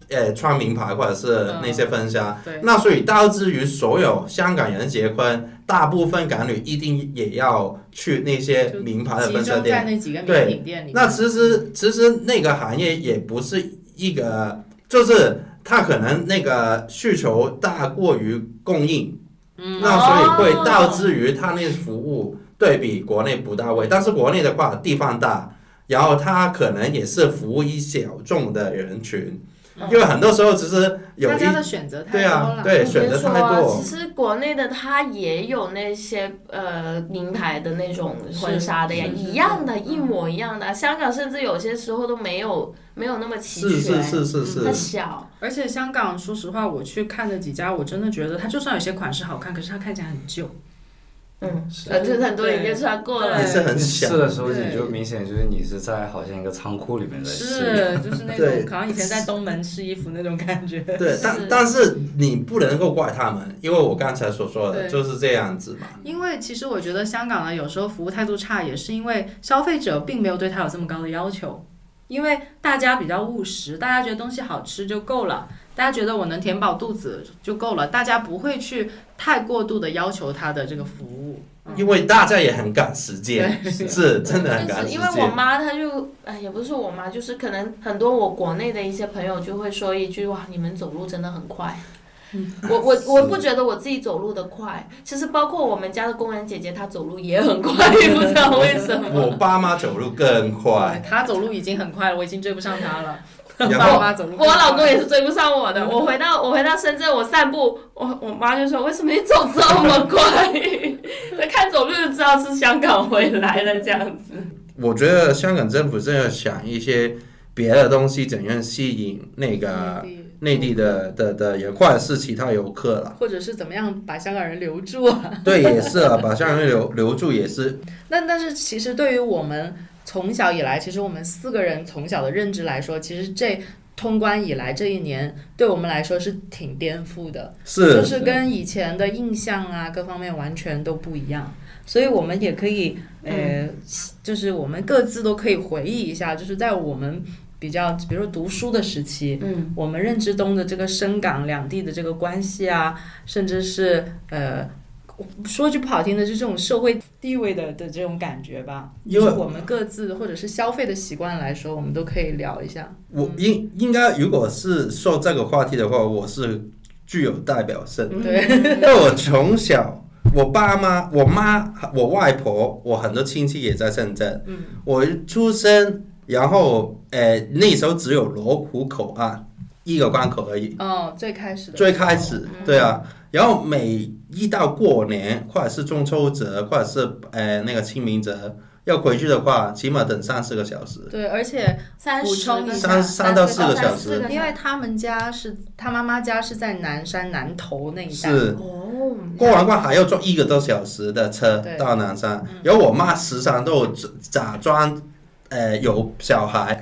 穿名牌或者是那些婚纱， 对， 那所以导致于所有香港人结婚，大部分港女一定也要去那些名牌的婚纱集中在店。 那几个名品店里面。 那其实那个行业也不是一个，就是它可能那个需求大过于供应，那所以会导致于它那服务对比国内不到位。但是国内的话地方大，然后它可能也是服务一小众的人群。因为很多时候其实有大家的选择太多了， 对啊，对，选择太多。 其实国内的它也有那些名牌的那种婚纱的呀，一样的，一模一样的。香港甚至有些时候都没有那么齐全， 是它小。 而且香港，说实话，我去看的几家，我真的觉得它就算有些款式好看，可是它看起来很旧。 就是很多人就穿过了， 也是很小。 试的时候你就明显就是你是在好像一个仓库里面在试， 就是那种好像以前在东门试衣服那种感觉。 对，但是你不能够怪他们，因为我刚才所说的就是这样子嘛。 因为其实我觉得香港呢，有时候服务态度差，也是因为消费者并没有对他有这么高的要求，因为大家比较务实，大家觉得东西好吃就够了。大家觉得我能填饱肚子就够了，大家不会去太过度的要求他的这个服务， 因为大家也很赶时间，是真的很赶时间。 因为我妈她就，也不是我妈，就是可能很多我国内的一些朋友就会说一句，哇，你们走路真的很快。我不觉得我自己走路的快，其实包括我们家的工人姐姐，她走路也很快，不知道为什么。 我爸妈走路更快， 她走路已经很快了，我已经追不上她了。 我老公也是追不上我的。我回到深圳，我散步，我妈就说：“为什么你走这么快？”看走路就知道是香港回来了这样子。 我觉得香港政府真的想一些别的东西，怎样吸引那个内地的人，或者是其他游客了， 或者是怎么样把香港人留住啊？ 对，也是啊，把香港人留住也是。 但是其实对于我们从小以来，其实我们4个人从小的认知来说，其实这通关以来这一年对我们来说是挺颠覆的，就是跟以前的印象啊各方面完全都不一样。所以我们也可以就是我们各自都可以回忆一下，就是在我们比较比如说读书的时期，我们认知中的这个深港两地的这个关系啊，甚至是说句不好听的，就这种社会地位的这种感觉吧，因为我们各自或者是消费的习惯来说，我们都可以聊一下。 我应该如果是说这个话题的话，我是具有代表性。 对， 因为我从小，我爸妈、我妈、我外婆，我很多亲戚也在深圳。我出生，然后那时候只有罗湖口岸一个关口而已。 最开始， 对啊。然后每一到过年或者是中秋节或者是那个清明节要回去的话，起码等3-4个小时。 对，而且补充一下 3到4个小时， 因为他妈妈家是在南山南头那一带。 是过完关还要坐1个多小时的车到南山，然后我妈时常都假装有小孩。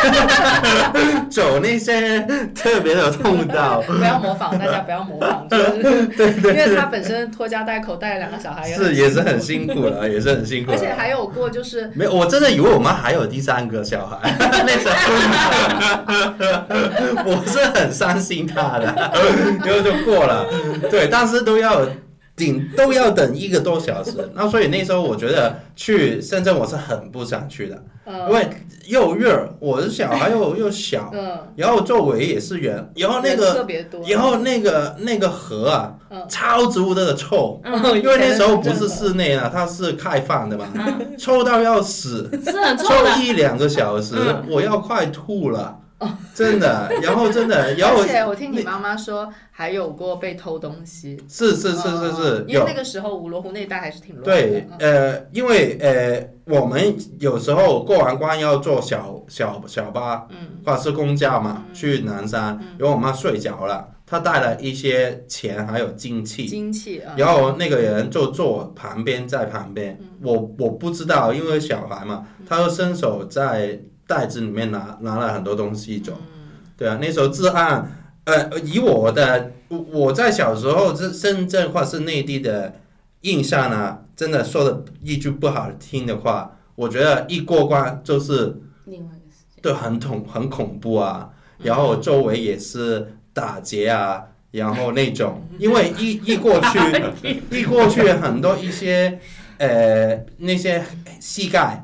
走那些特别的通道， 不要模仿，大家不要模仿，对，因为他本身拖家带口带2个小孩也是很辛苦了，也是很辛苦。 而且还有过就是没有，我真的以为我妈还有第3个小孩，那时候我是很伤心她的，然后就过了，对，但是都要等1个多小时，那所以那时候我觉得去深圳我是很不想去的，因为又热，我的小孩又小，然后周围也是人，然后那个特别多， 然后那个河啊，超级无敌的臭，因为那时候不是室内啊，它是开放的嘛，臭到要死， 是很臭的， 臭1-2个小时，我要快吐了。真的，然后而且我听你妈妈说还有过被偷东西， 是， 因为那个时候罗湖那一带还是挺乱的。 对，因为我们有时候过完关要坐小巴，或者是公交嘛，去南山，然后我妈睡着了，她带了一些钱还有金器，然后那个人就坐在旁边，我不知道，因为小孩嘛，他就伸手在袋子里面拿了很多东西走，对啊，那时候治安，以我在小时候深圳或是内地的印象呢，真的说的一句不好听的话，我觉得一过关就是， 另外一个世界， 对，很恐怖啊。 然后周围也是打劫啊，然后那种，因为一过去很多一些那些乞丐，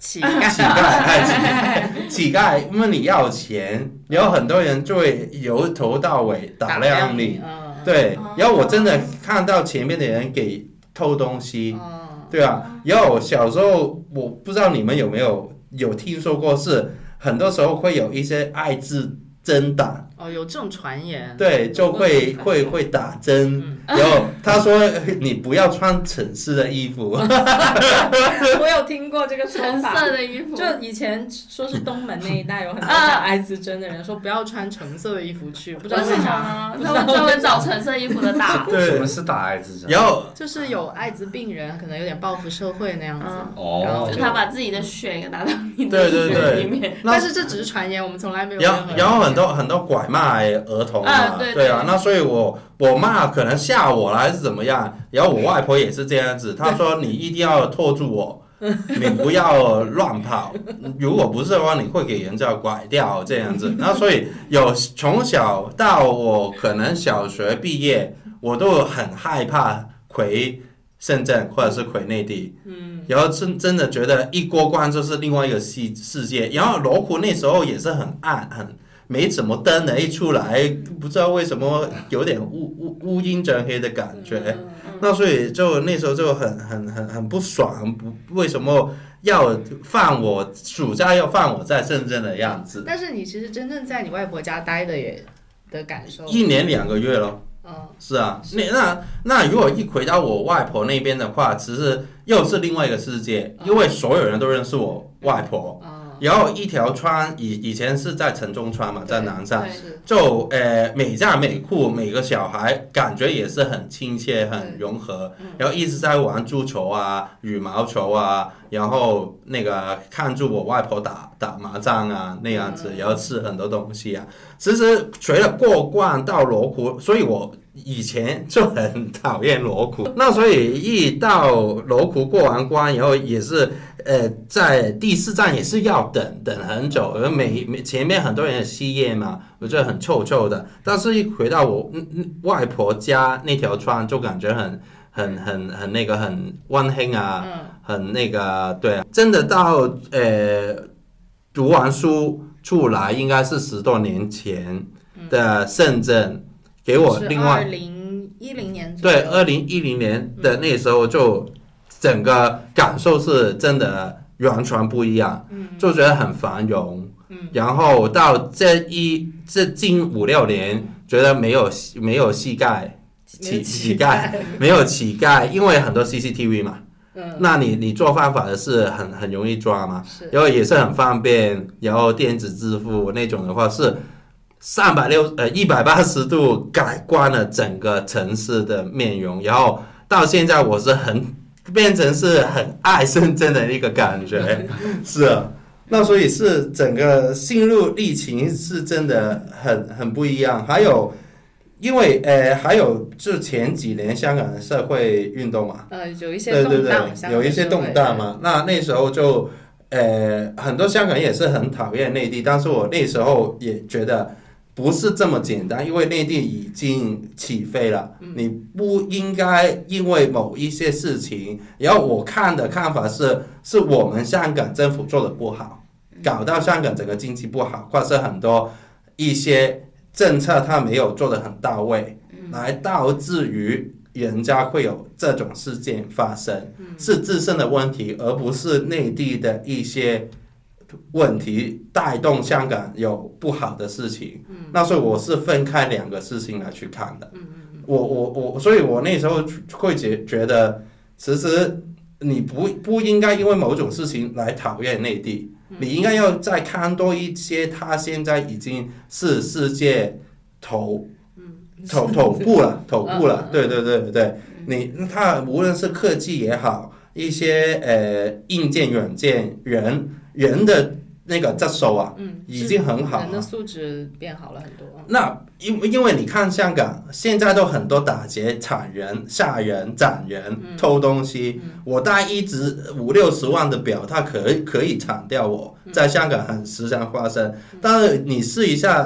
问你要钱，然后很多人就会由头到尾打量你，对，然后我真的看到前面的人给偷东西，对啊，然后小时候我不知道你们有没有听说过，是很多时候会有一些艾滋针打。 有这种传言。 对，就会打针，然后他说你不要穿橙色的衣服。 我有听过这个说法， 橙色的衣服。 就以前说是东门那一带有很多打艾滋针的人说不要穿橙色的衣服去，不知道为什么， 他们专门找橙色衣服的打。 对， 什么是打艾滋针？ 然后就是有艾滋病人可能有点报复社会那样子， 然后就他把自己的血打到你的血里面。 但是这只是传言，我们从来没有。 然后很多拐卖儿童嘛，对啊，那所以我妈可能吓我了还是怎么样，然后我外婆也是这样子，她说你一定要拖住我，你不要乱跑，如果不是的话你会给人家拐掉这样子。那所以从小到我可能小学毕业，我都很害怕回深圳或者是回内地，然后真的觉得一过关就是另外一个世界。然后罗湖那时候也是很暗，很没什么灯的，一出来不知道为什么有点乌阴瘴黑的感觉，那所以就那时候就很不爽，为什么要暑假要放我在深圳的样子？ 但是你其实真正在你外婆家待的感受 ，1年2个月咯。是啊，那如果一回到我外婆那边的话，其实又是另外一个世界，因为所有人都认识我外婆。然后一条村以前是在城中村嘛，在南山，就每家每户每个小孩感觉也是很亲切很融合，然后一直在玩足球啊羽毛球啊，然后那个看住我外婆打麻将啊那样子，然后吃很多东西啊。其实除了过关到罗湖，所以我以前就很讨厌罗湖，那所以一到罗湖过完关以后也是在第4站也是要等很久，而前面很多人吸烟嘛，我觉得很臭的。但是一回到我外婆家那条村，就感觉很那个很温馨啊，很那个对啊，真的到读完书出来，应该是10多年前的深圳。给我另外 2010年对2010年的那时候，就整个感受是真的完全不一样，就觉得很繁荣，然后到这近5-6年，觉得没有乞丐，没有乞丐，因为很多 CCTV 嘛，那你做犯法的事很容易抓嘛，然后也是很方便，然后电子支付那种的话是。180度改观了整个城市的面容，然后到现在我是变成是很爱深圳的一个感觉，是啊，那所以是整个心路历程是真的很不一样。还有因为还有就前几年香港的社会运动嘛， 有一些动荡， 对，有一些动荡嘛，那时候就很多香港人也是很讨厌内地，但是我那时候也觉得。不是这么简单，因为内地已经起飞了，你不应该因为某一些事情，然后我看法是我们香港政府做的不好，搞到香港整个经济不好，或是很多一些政策它没有做得很到位，来导致于人家会有这种事件发生，是自身的问题，而不是内地的一些。问题带动香港有不好的事情，那所以我是分开2个事情来去看的。所以我那时候会觉得，其实你不应该因为某种事情来讨厌内地，你应该要再看多一些，他现在已经是世界头部了，对，他无论是科技也好，一些硬件软件人的那个质素啊，已经很好了， 人的素质变好了很多。 那因为你看香港现在都很多打劫、抢人、杀人、斩人、偷东西，我带一直50-60万的表，它可以抢掉我，在香港很时常发生。但是你试一下，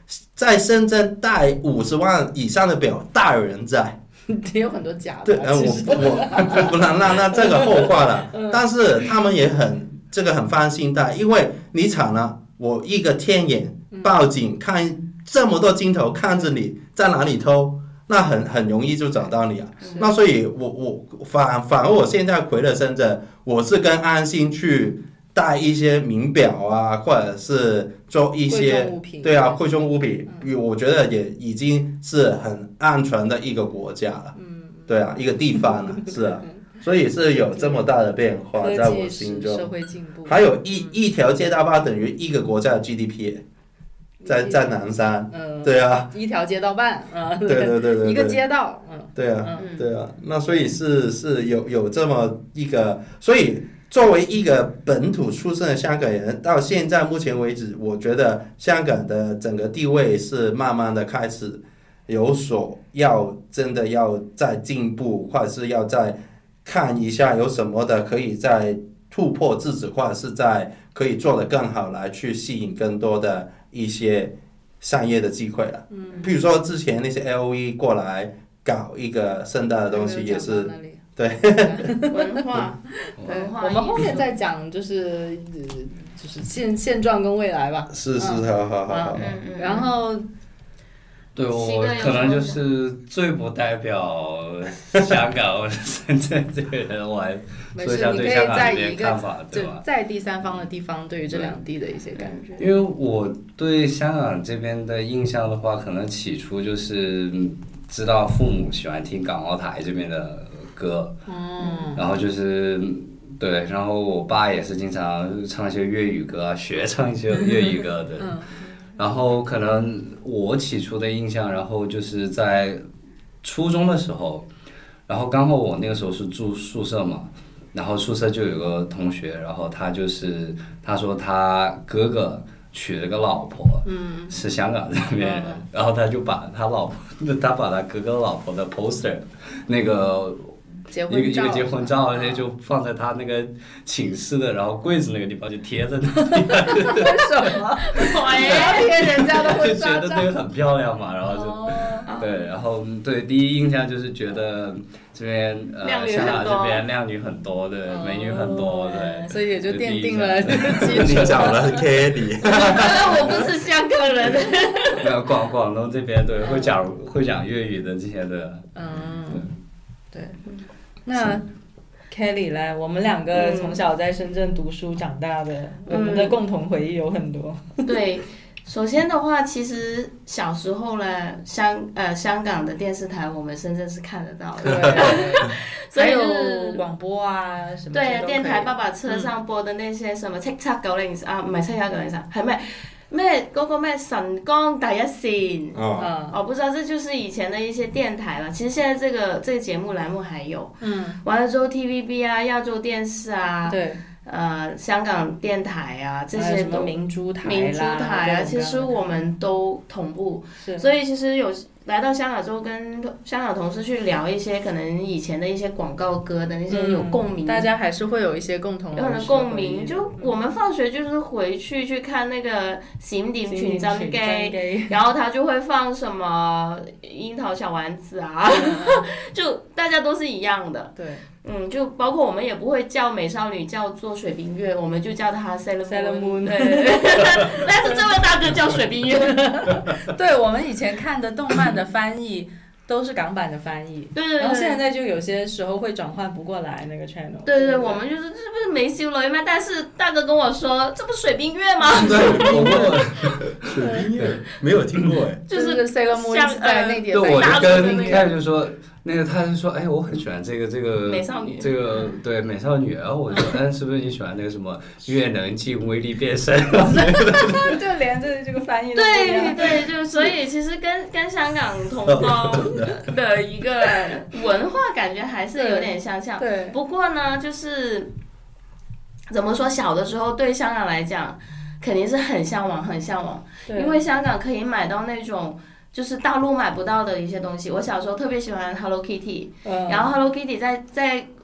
在深圳戴50万以上的表大有人在。 也有很多假的。 对，我不能那这个后话了。但是他们也很放心戴，因为你惨了，我一个天眼报警看这么多镜头看着你在哪里偷，那很容易就找到你啊。那所以我反而我现在回了深圳，我是跟安心去带一些名表啊，或者是做一些对啊贵重物品，我觉得也已经是很安全的一个国家了。对啊，一个地方了，是啊。所以是有这么大的变化，在我心中。 社会进步。 还有一条街道办等于一个国家的 GDP， 在南山。对啊。 一条街道办。 对。 一个街道。 对啊。那所以是有这么一个，所以作为一个本土出生的香港人，到现在目前为止，我觉得香港的整个地位是慢慢的开始有所真的要再进步，或者是要再看一下有什么的可以再突破自己，或者是在可以做得更好，来去吸引更多的一些商业的机会了。比如说之前那些 LV 过来搞一个圣诞的东西，也是对文化。 我们后面再讲，就是现状跟未来吧。 是，好。 然后。 对，我可能就是最不代表香港或者深圳这个人，我还说一下对香港这边看法，对吧？ 在第三方的地方，对于这两地的一些感觉。 因为我对香港这边的印象的话，可能起初就是知道父母喜欢听港澳台这边的歌，然后就是对，然后我爸也是经常唱一些粤语歌啊，学唱一些粤语歌的。然后可能我起初的印象，然后就是在初中的时候，然后刚好我那个时候是住宿舍嘛，然后宿舍就有个同学，然后他说他哥哥娶了个老婆，是香港这边人，然后他就把他哥哥老婆的 poster 那个。一个结婚照，那就放在他那个寝室的，然后柜子那个地方就贴在那里。 为什么？贴人家的婚纱照？ 就觉得那个很漂亮嘛，然后就对，然后对第一印象就是觉得这边香港这边靓女很多的，美女很多的， 所以也就奠定了这个基础。你找了 Kelly， 我不是香港人。 没有广东这边对会讲粤语的这些的。 对。那 Kelly 来，我们两个从小在深圳读书长大的，我们的共同回忆有很多。 对，首先的话，其实小时候呢，香港的电视台我们深圳是看得到的， 对， 所以有广播啊什么。 对，电台爸爸车上播的那些什麼叱咤903啊，唔係叱咤903，係咩嗰個咩晨光第一線，我不知道，这就是以前的一些电台了。其实现在这个节目栏目还有，完了之后 TVB 啊、亚洲电视啊， 对， 香港电台啊这些都明珠台啊，其实我们都同步，所以其实有来到香港之后，跟香港同事去聊一些可能以前的一些广告歌的那些有共鸣， 大家还是会有一些共同的共鸣。就我们放学就是回去看那个閃電傳真機，然後他就會放什麼櫻桃小丸子啊，就大家都是一樣的。 對。 就包括我们也不会叫美少女叫做水冰月，我们就叫她 Sailor Moon。 对， 但是这位大哥叫水冰月。 对，我们以前看的动漫的翻译都是港版的翻译， 对， 然后现在就有些时候会转换不过来那个 channel。 对，我们就是这不是美少女吗？但是大哥跟我说，这不是水冰月吗？ 水冰月没有听过哎， 就是 Sailor Moon 在内地的翻译。 对，我就跟凯就说。那个他就说，哎，我很喜欢这个美少女， 这个对美少女，然后我就说，是不是你喜欢那个什么越能进威力变身？ 就连这个翻译都不一样。 对，就所以其实跟香港同胞的一个文化感觉还是有点相像。 对。 不过呢，就是怎么说，小的时候对香港来讲，肯定是很向往，因为香港可以买到那种。就是大陆买不到的一些东西，我小时候特别喜欢 Hello Kitty，然后 Hello Kitty 在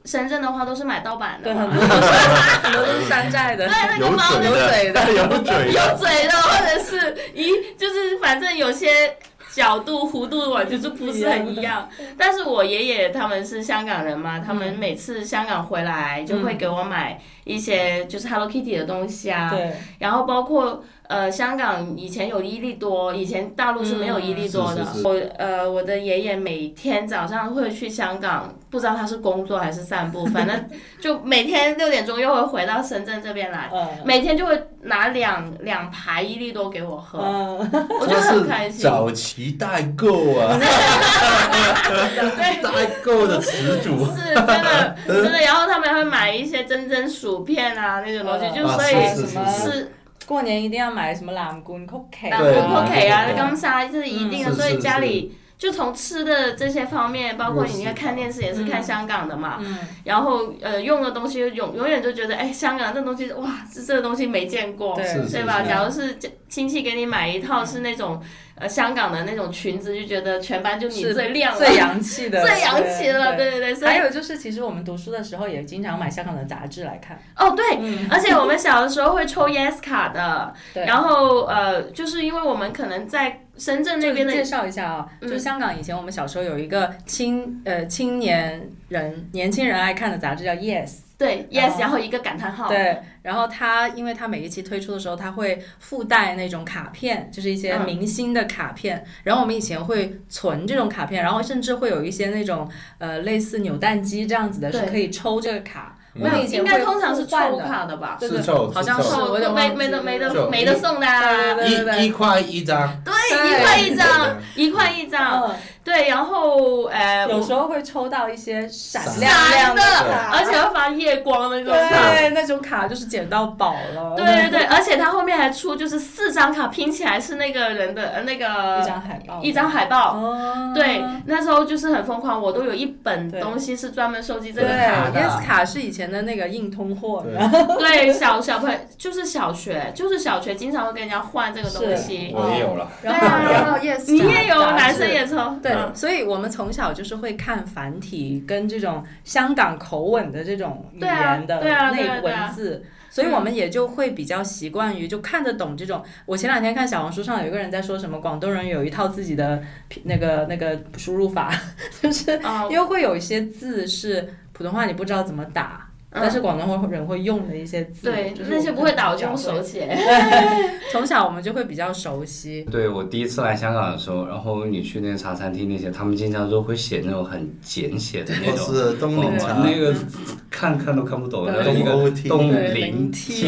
深圳的话都是买盗版的对， 嘛， 很多都是山寨的， 对，那个有猫嘴的，有嘴的， 有嘴的，或者是就是反正有些角度弧度我就是不是很一样。但是我爷爷他们是香港人嘛，他们每次香港回来就会给我买一些就是 Hello Kitty 的东西啊， 对， 然后包括香港以前有伊利多，以前大陆是没有伊利多的。 是我的爷爷每天早上会去香港，不知道他是工作还是散步，反正就每天6点钟又会回到深圳这边来，每天就会拿两排伊利多给我喝，我就很开心。 早期代购啊，代购的始祖。 是真的真的，然后他们还会买一些珍珍薯片啊那种东西，就所以是。 过年一定要买什么藍罐曲奇、 藍罐曲奇啊、金沙，这是一定的。所以家里就从吃的这些方面，包括你看电视也是看香港的嘛，然后用的东西永远就觉得，哎，香港这东西哇，这个东西没见过，对吧？假如是亲戚给你买一套是那种香港的那种裙子，就觉得全班就你最亮了， 最洋气的， 最洋气了，对对对。所以还有就是，其实我们读书的时候也经常买香港的杂志来看。 哦，对，而且我们小的时候会抽 Yes 卡的，然后就是因为我们可能在深圳那边的介绍一下啊，就香港以前我们小时候有一个青年人年轻人爱看的杂志叫 Yes。 对 ，yes， 然后一个感叹号。 对，然后因为它每一期推出的时候，它会附带那种卡片，就是一些明星的卡片。然后我们以前会存这种卡片，然后甚至会有一些那种类似扭蛋机这样子的，是可以抽这个卡。我们以前应该通常是抽卡的吧？ 对对，好像是，我就没得送的啊。 1块1张。 对，1块1张，1块1张。对，然后有时候会抽到一些闪亮的， 而且会发夜光的那种卡。 对，那种卡就是捡到宝了。 对对对，而且它后面还出就是4张卡拼起来是那个人的那个一张海报。对，那时候就是很疯狂，我都有一本东西是专门收集这个卡的。 Yes 卡是以前的那个硬通货。 对，小朋友就是小学经常会跟人家换这个东西。 我也有了。 然后 Yes 你也有，男生也抽。 对，所以我们从小就是会看繁体跟这种香港口吻的这种语言的那文字，所以我们也就会比较习惯于就看得懂这种。我前2天看小红书上有一个人在说什么广东人有一套自己的那个输入法，就是因为会有一些字是普通话你不知道怎么打。但是广东人会用的一些字， 对，那些不会打我就用手写。 从小我们就会比较熟悉。 对，我第一次来香港的时候，然后你去那个茶餐厅那些，他们经常都会写那种很简写的那种， 是东林茶， 那个看都看不懂的一个东林 T。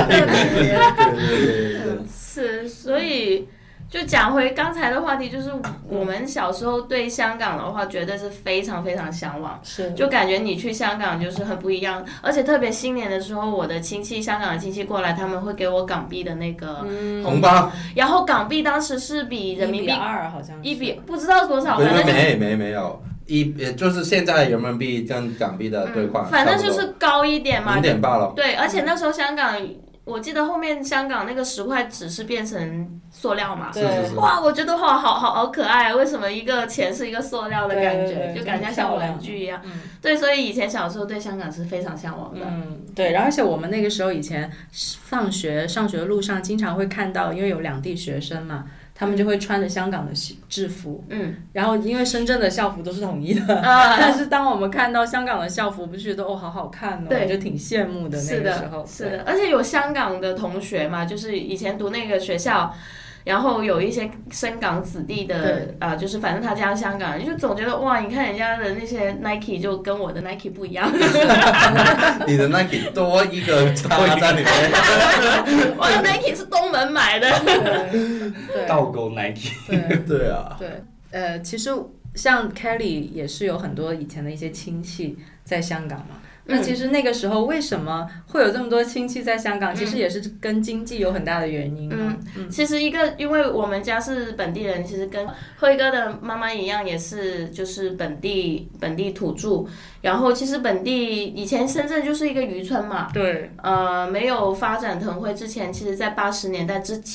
是，所以。就讲回刚才的话题，就是我们小时候对香港的话，绝对是非常非常向往，就感觉你去香港就是很不一样，而且特别新年的时候，我的香港的亲戚过来，他们会给我港币的那个红包， 然后港币当时是比人民币 1:2好像是不知道多少，反正没有。就是现在人民币跟港币的兑换， 反正就是高一点嘛 ，0.8了。 对，而且那时候香港。我记得后面香港那个10块纸是变成塑料嘛？ 对。 哇，我觉得好可爱啊！为什么一个钱是一个塑料的感觉，就感觉像玩具一样。对，所以以前小时候对香港是非常向往的。 对，然后而且我们那个时候以前上学的路上经常会看到，因为有两地学生嘛。他们就会穿着香港的制服，然后因为深圳的校服都是统一的，但是当我们看到香港的校服，不是觉得好好看哦，对，就挺羡慕的那个时候。 是的，而且有香港的同学嘛，就是以前读那个学校。然后有一些深港子弟的就是反正他家香港人，就总觉得哇，你看人家的那些 Nike 就跟我的 Nike 不一样。 你的 Nike 多一个插在里面。 我的 Nike 是东门买的。 倒钩 Nike。 对啊。 对，其实像 Kelly 也是有很多以前的一些亲戚在香港嘛。那其实那个时候为什么会有这么多亲戚在香港？其实也是跟经济有很大的原因。 其实因为我们家是本地人，其实跟辉哥的妈妈一样，也是就是本地土著。然后其实以前深圳就是一个渔村嘛， 对， 没有发展腾辉之前，其实在80年代之前，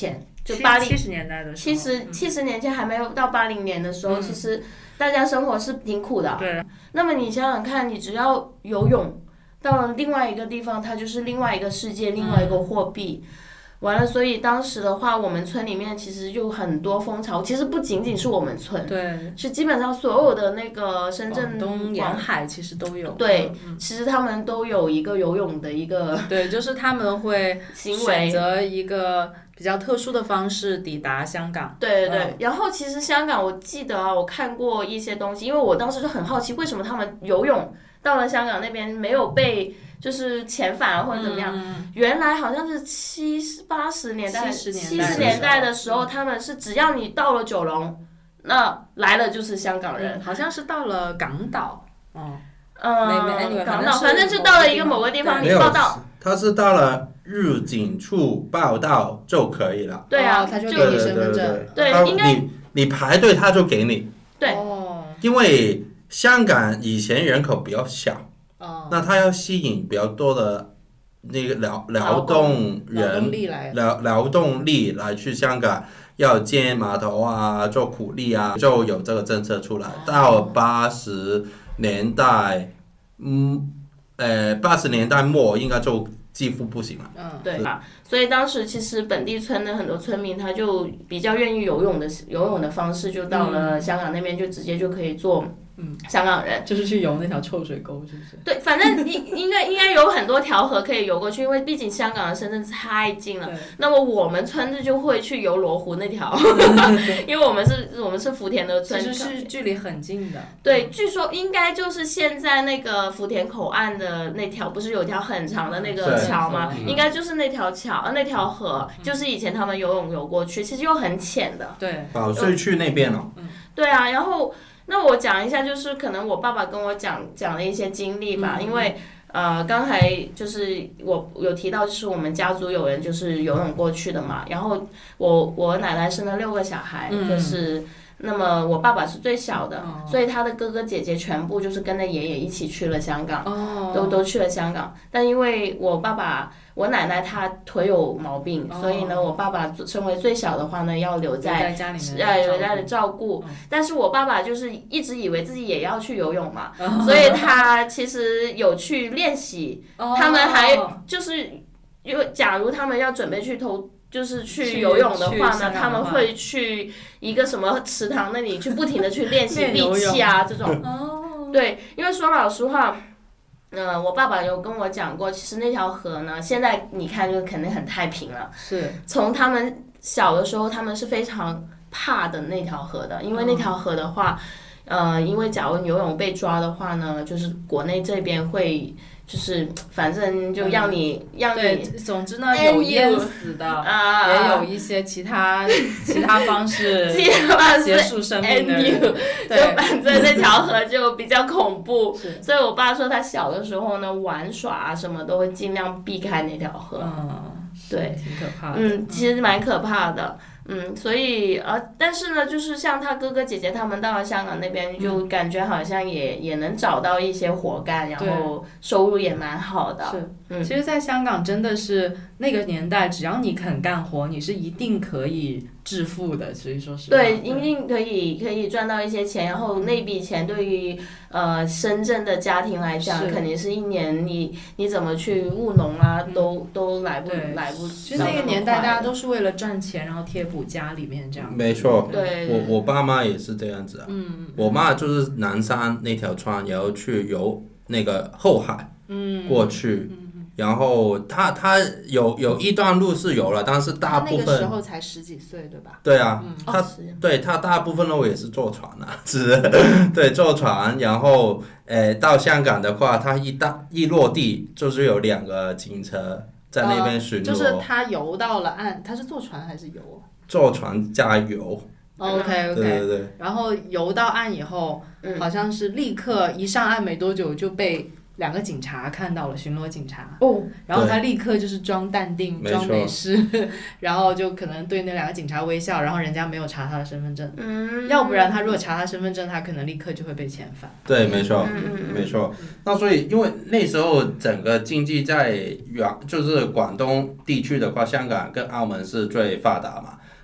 就80、 70年代的时候 70年前还没有到80年的时候，其实大家生活是挺苦的。 对。 那么你想想看，你只要游泳到了另外一个地方，它就是另外一个世界，另外一个货币。完了，所以当时的话，我们村里面其实就很多蜂巢，其实不仅仅是我们村， 对， 是基本上所有的那个深圳、 广东沿海其实都有。 对，其实他们都有一个游泳的一个对，就是他们会行为选择一个比较特殊的方式抵达香港。 对对对，然后其实香港，我记得啊，我看过一些东西，因为我当时就很好奇，为什么他们游泳到了香港那边没有被就是遣返啊或者怎么样？原来好像是70、80年代、70年代的时候，他们是只要你到了九龙，那来了就是香港人， 好像是到了港岛， 港岛，反正是到了一个某个地方，你报道。 他是到了入境处报到就可以了。 对啊， 他就给你身份证。 对，应该你排队他就给你。 对， 因为香港以前人口比较小。那他要吸引比较多的那个劳动力来去香港，要建码头啊，做苦力啊，就有这个政策出来。到80年代，80年代末应该就几乎不行了。 对吧？所以当时其实本地村的很多村民，他就比较愿意游泳的方式，就到了香港那边，就直接就可以做。香港人就是去游那条臭水沟，是不是？ 对，反正应该有很多条河可以游过去，因为毕竟香港和深圳太近了。那么我们村子就会去游罗湖那条，因为我们是福田的村， 其实是距离很近的。 对，据说应该就是现在那个福田口岸的那条，不是有条很长的那个桥吗？应该就是那条桥，那条河，就是以前他们游泳游过去，其实又很浅的。 对， 所以去那边了。 对啊，然后。那我讲一下，就是可能我爸爸跟我讲的一些经历吧，因为刚才就是我有提到，就是我们家族有人就是游泳过去的嘛，然后我奶奶生了6个小孩，就是那么我爸爸是最小的，所以他的哥哥姐姐全部就是跟着爷爷一起去了香港，都去了香港，但因为我奶奶她腿有毛病，所以呢，我爸爸身为最小的话呢，要留在家里面， 留在照顾。但是我爸爸就是一直以为自己也要去游泳嘛，所以他其实有去练习。他们还就是假如他们要准备就是去游泳的话呢，他们会去一个什么池塘那里去不停的去练习闭气啊这种。对，因为说老实话。我爸爸有跟我讲过，其实那条河呢，现在你看就肯定很太平了。 是。 从他们小的时候，他们是非常怕的那条河的，因为那条河的话，因为假如游泳被抓的话呢，就是国内这边会。就是反正就让你对，总之呢有淹死的，也有一些其他方式结束生命的人， 就反正那条河就比较恐怖，所以我爸说他小的时候呢玩耍啊什么都会尽量避开那条河，对， 挺可怕的， 其实蛮可怕的。所以但是呢，就是像他哥哥姐姐他们到了香港那边，就感觉好像也能找到一些活干，然后收入也蛮好的。 是，其实，在香港真的是那个年代，只要你肯干活，你是一定可以致富的。所以说是对，一定可以赚到一些钱，然后那笔钱对于深圳的家庭来讲，肯定是一年你怎么去务农啊，都来不。 其实那个年代大家都是为了赚钱，然后贴补家里面这样。 没错， 对， 我爸妈也是这样子啊。我妈就是南山那条川，然后去游那个后海，过去。然后他有一段路是有了，但是大部分他那个时候才10几岁，对吧？ 对啊，他大部分路也是坐船啊，对，坐船。然后到香港的话，他一落地就是有2个警车在那边巡逻。 就是他游到了岸，他是坐船还是游？ 坐船加游。 OK， 对。 然后游到岸以后，好像是立刻一上岸没多久就被2个警察看到了，巡逻警察。然后他立刻就是装淡定，装没事，然后就可能对那2个警察微笑，然后人家没有查他的身份证。要不然他如果查他身份证，他可能立刻就会被遣返。 对，没错，没错。那所以因为那时候整个经济在就是广东地区的话，香港跟澳门是最发达嘛。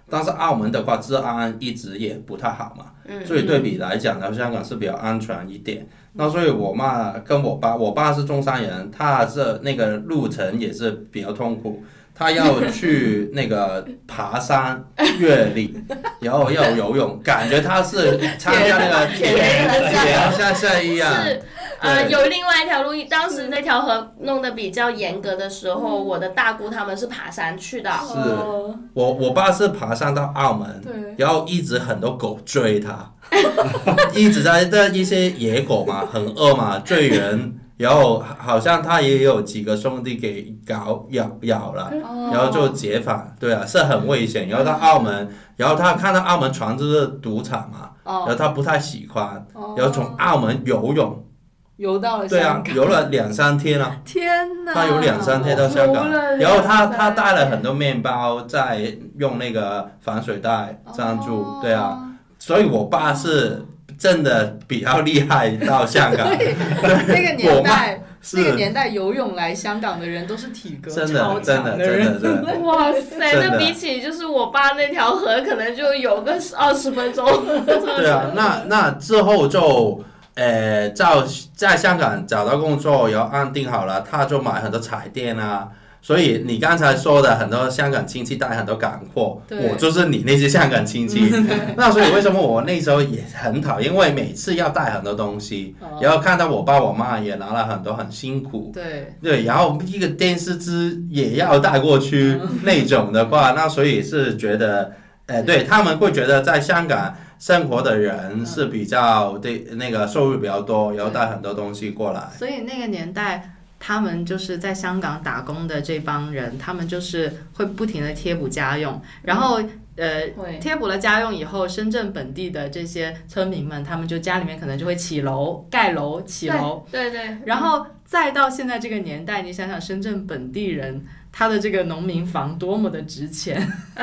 但是澳门的话治安一直也不太好嘛，所以对比来讲呢，香港是比较安全一点。那所以我妈跟我爸是中山人，他是那个路程也是比较痛苦。他要去那个爬山越岭，然后要游泳，感觉他是参加那个铁人赛一样。 是有另外一条路，当时那条河弄得比较严格的时候，我的大姑他们是爬山去的。 是，我爸是爬山到澳门，然后一直很多狗追他，一直在一些野狗嘛，很饿嘛，追人。然后好像他也有几个兄弟给咬了，然后就解返，对啊，是很危险。然后到澳门，然后他看到澳门船就是赌场嘛，然后他不太喜欢，然后从澳门游泳游到了香港，对啊，游了2-3天啊， 天哪！ 他游2-3天到香港，然后他带了很多面包，再用那个防水袋粘住，对啊，所以我爸是真的比较厉害到香港。 那个年代游泳来香港的人都是体格超强的人。 真的哇塞，那比起就是我爸那条河，可能就游个20分钟。 对啊，那之后就在香港找到工作，然后安定好了，他就买很多彩电啊。所以你刚才说的很多香港亲戚带很多港货，我就是你那些香港亲戚。那所以为什么我那时候也很讨厌，因为每次要带很多东西，然后看到我爸我妈也拿了很多很辛苦，对，然后一个电视机也要带过去那种的话，那所以是觉得，对，他们会觉得在香港生活的人是比较对那个收入比较多，然后带很多东西过来， 所以那个年代。他们就是在香港打工的这帮人，他们就是会不停的贴补家用，然后贴补了家用以后，深圳本地的这些村民们，他们就家里面可能就会起楼、盖楼、起楼， 对， 然后再到现在这个年代，你想想深圳本地人他的这个农民房多么的值钱。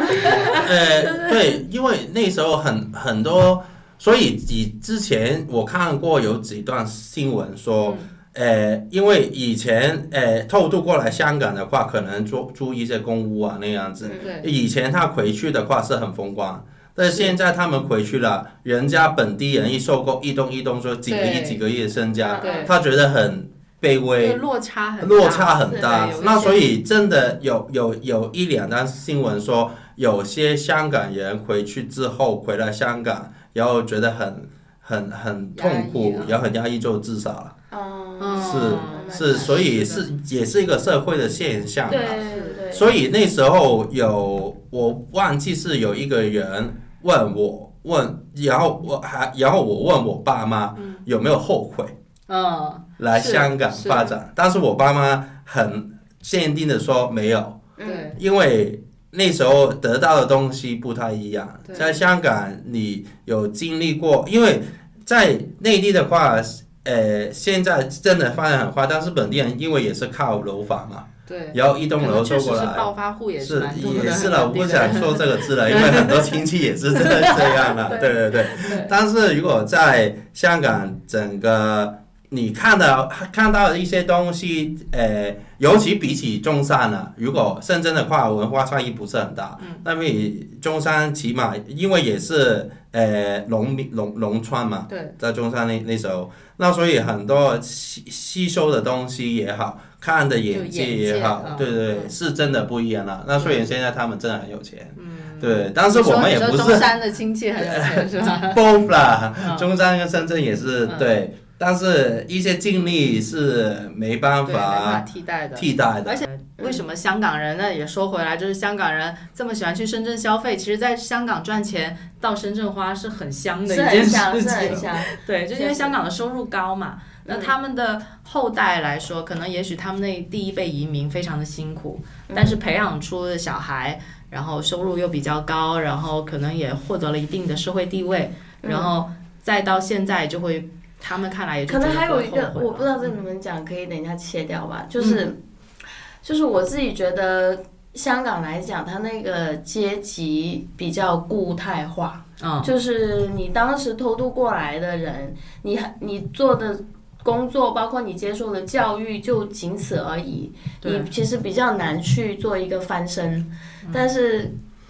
对，因为那时候很多，所以之前我看过有几段新闻说。因为以前偷渡过来香港的话，可能租一些公屋啊那样子。以前他回去的话是很风光，但是现在他们回去了，人家本地人一收购一栋说几个亿的身家，他觉得很卑微， 落差很大。那所以真的有1-2单新闻说，有些香港人回去之后回来香港，然后觉得很痛苦，然后很压抑就自杀了。是，所以也是一个社会的现象。 对。 所以那时候我忘记是有一个人然后我问我爸妈有没有后悔，来香港发展，但是我爸妈很坚定的说没有，因为那时候得到的东西不太一样。在香港你有经历过，因为在内地的话。现在真的发展很快，但是本地人因为也是靠楼房嘛，然后一栋楼收过来， 暴发户也是了，我不想说这个字了，因为很多亲戚也是这样的，对。但是如果在香港整个你看到的一些东西，尤其比起中山啊，如果深圳的话文化差异不是很大，那比中山起码因为也是农村嘛，在中山那时候，那所以很多吸收的东西也好，看的眼界也好，对，是真的不一样了。那所以现在他们真的很有钱，对，但是我们也不是中山的亲戚很有钱是吧 ？both 啦，中山跟深圳也是对。但是一些经历是没办法替代的， 而且为什么香港人呢？也说回来，就是香港人这么喜欢去深圳消费，其实在香港赚钱到深圳花是很香的一件事情， 是很香。 对，就因为香港的收入高嘛，那他们的后代来说，可能也许他们那第一辈移民非常的辛苦，但是培养出的小孩，然后收入又比较高，然后可能也获得了一定的社会地位，然后再到现在就会。他们看来也可能还有一个，我不知道这能不能讲，可以等一下切掉吧。就是我自己觉得香港来讲，它那个阶级比较固态化，就是你当时偷渡过来的人，你做的工作，包括你接受的教育，就仅此而已。你其实比较难去做一个翻身，但是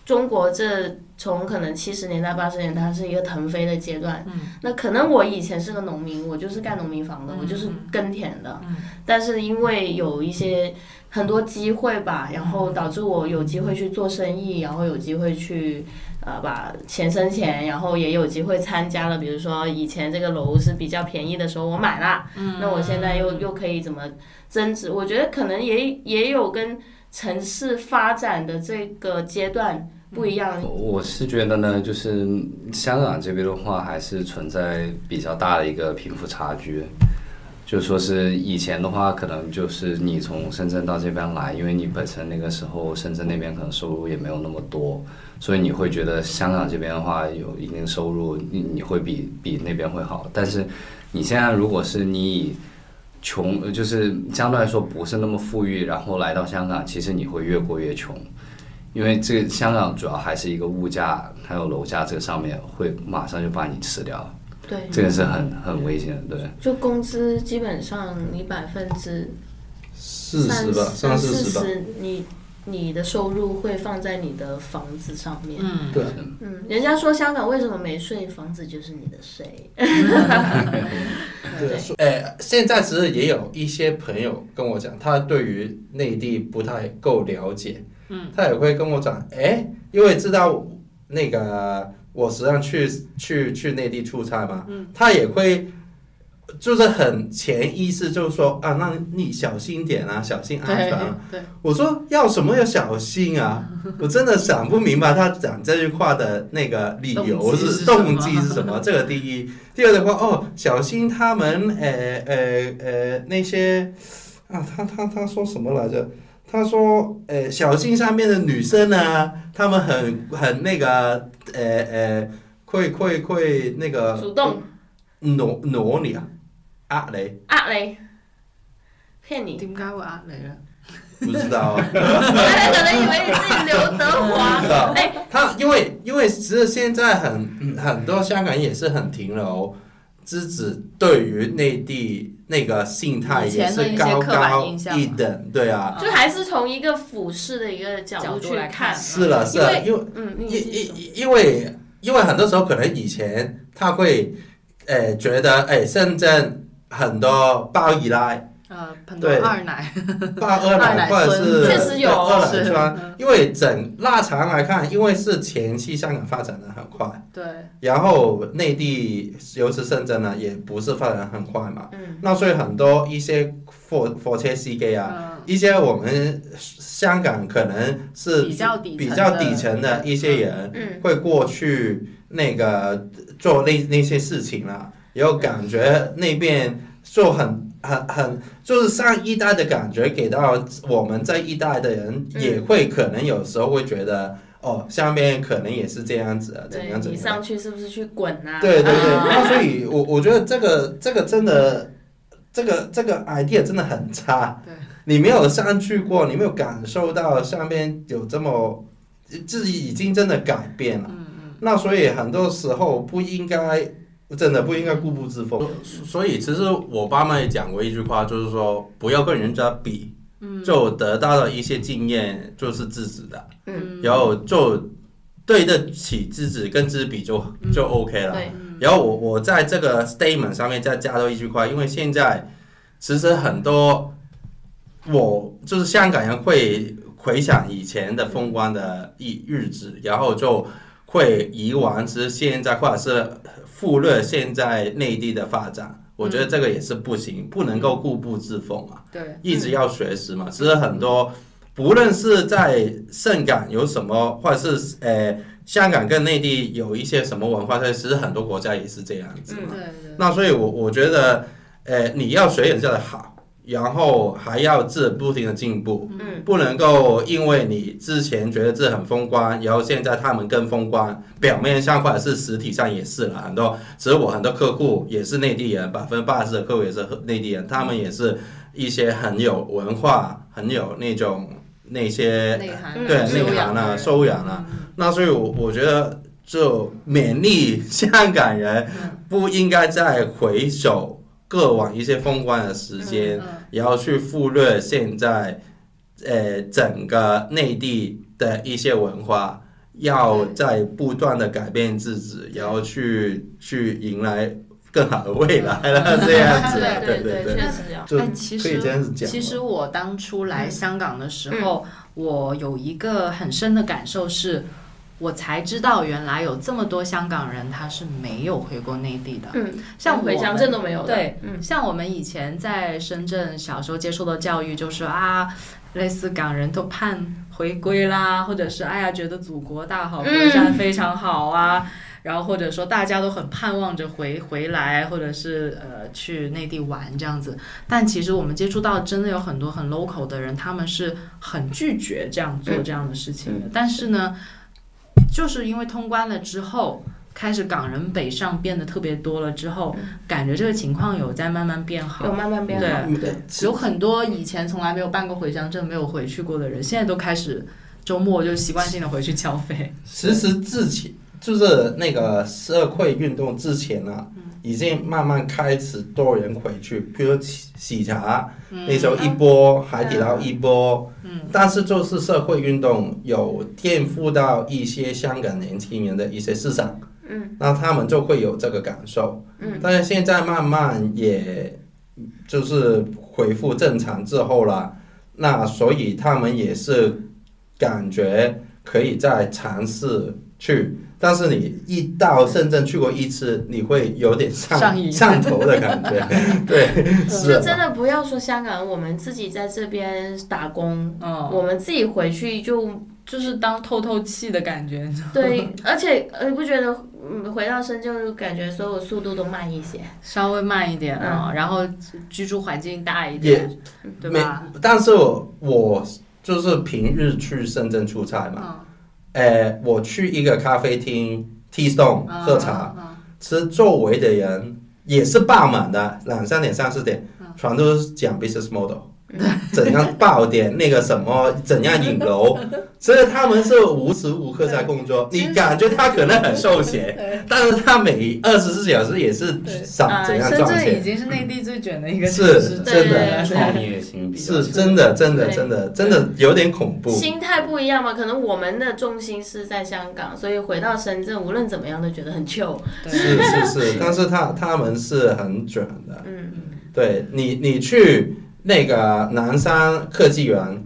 中国这从可能70年代80年代它是一个腾飞的阶段，那可能我以前是个农民，我就是盖农民房的，我就是耕田的，但是因为有一些很多机会吧，然后导致我有机会去做生意，然后有机会去把钱生钱，然后也有机会参加了，比如说以前这个楼是比较便宜的时候我买了，那我现在又可以怎么增值？我觉得可能也有跟城市发展的这个阶段不一样。 我是觉得呢，就是香港这边的话，还是存在比较大的一个贫富差距。就说是以前的话，可能就是你从深圳到这边来，因为你本身那个时候深圳那边可能收入也没有那么多，所以你会觉得香港这边的话有一定收入，你会比那边会好。但是你现在如果是你以穷，就是相对来说不是那么富裕，然后来到香港，其实你会越过越穷，因为这个香港主要还是一个物价还有楼价这个上面会马上就把你吃掉。 对， 这个是很危险的，对。 就工资基本上你40%吧，30%，你的收入会放在你的房子上面。 对。 人家说香港为什么没税，房子就是你的税。 对。现在其实也有一些朋友跟我讲，他对于内地不太够了解，他也会跟我讲，因为知道那个。我实际上去内地出差嘛，他也会就是很潜意识就是说啊，那你小心点啊，小心安全啊。我说要什么要小心啊？我真的想不明白他讲这句话的那个理由动机是什么？这个第一。第二的话，小心他们那些啊，他说什么来着？他说小心上面的女生啊，她们很那个会那个主动挪你啊，呃你， 騙你。 點解會呃你呢？ 不知道啊。 他可能以為你是劉德華。 不知道。他因為其實現在很多香港人也是很停留，支持對於內地那個心態也是高一等，對啊， 就還是從一個俯視的一個角度去看。 是了，因為很多時候可能以前他會覺得深圳很多包二奶。 很多二奶， 二奶或者是确实有二奶村，因为拉长来看，因为是前期香港发展的很快， 对， 然后内地尤其深圳呢也不是发展很快嘛，那所以很多一些货车司机啊，一些我们香港可能是比较底层的一些人，会过去那个做那些事情了，然后感觉那边就很就是上一代的感觉给到我们这一代的人，也会可能有时候会觉得下面可能也是这样子啊，怎样怎样。 你上去是不是去滚啊？ 对，那所以我觉得这个真的这个 idea 真的很差。 对， 你没有上去过，你没有感受到上面有这么自己已经真的改变了。那所以很多时候真的不应该固步自封。所以其实我爸妈也讲过一句话，就是说不要跟人家比，就得到的一些经验就是自己的，然后就对得起自己，跟自己比就 OK 了。然后我在这个 statement 上面再加多一句话，因为现在其实很多就是香港人会回想以前的风光的日子，然后就会遗忘其实现在或者是忽略现在内地的发展，我觉得这个也是不行，不能够固步自封啊。 对， 一直要学习嘛。其实很多，不论是在香港有什么，或者是香港跟内地有一些什么文化，其实很多国家也是这样子嘛。那所以我觉得，你要学人家的好。然后还要自己不停的进步，不能够因为你之前觉得自己很风光，然后现在他们更风光，表面上或者是实体上也是了很多。其实我很多客户也是内地人，80%的客户也是内地人，他们也是一些很有文化、很有那些内涵， 对内涵啊、修养啊。那所以我觉得就勉励香港人不应该再回首过往一些风光的时间，然后去忽略现在整个内地的一些文化， 要在不断的改变自己，然后去迎来更好的未来了，这样子， 对对确实有。 就其可以这样子讲。 其实我当初来香港的时候，我有一个很深的感受是，我才知道原来有这么多香港人他是没有回过内地的。像回乡证都没有的。 对，像我们以前在深圳小时候接受的教育就是啊，类似港人都盼回归啦，或者是哎呀觉得祖国大好，国家非常好啊。然后或者说大家都很盼望着回来，或者是去内地玩这样子，但其实我们接触到真的有很多很 local 的人，他们是很拒绝这样做这样的事情的。但是呢，就是因为通关了之后，开始港人北上变得特别多了之后，感觉这个情况有在慢慢变好， 有慢慢变好。 对，有很多以前从来没有办过回乡证、没有回去过的人，现在都开始周末就习惯性的回去消费。 其实之前就是那个社会运动之前啊，已经慢慢开始多人回去，比如喜茶，那时候一波，海底捞一波，但是就是社会运动有颠覆到一些香港年轻人的一些思想，那他们就会有这个感受，但是现在慢慢也就是恢复正常之后了，那所以他们也是感觉可以再尝试去。但是你一到深圳去过一次，你会有点上头的感觉，对，是。 就真的不要说香港，我们自己在这边打工，我们自己回去就是当透透气的感觉。 对，而且你不觉得回到深圳就感觉所有速度都慢一些， 稍微慢一点然后居住环境大一点，对吧？ 但是我就是平日去深圳出差嘛。我去一个咖啡厅 Tea Stone 喝茶，其实周围的人也是爆满的，2、3点、3、4点，全都是讲 business model，怎样爆点那个什么，怎样引流，所以他们是无时无刻在工作。你感觉他可能很休闲，但是他每24小时也是想怎样赚钱。 深圳已经是内地最卷的一个城市， 是真的创业心比较是真的有点恐怖。 心态不一样嘛，可能我们的重心是在香港，所以回到深圳无论怎么样都觉得很 chill。 是，但是他们是很卷的。对你去那个南山科技园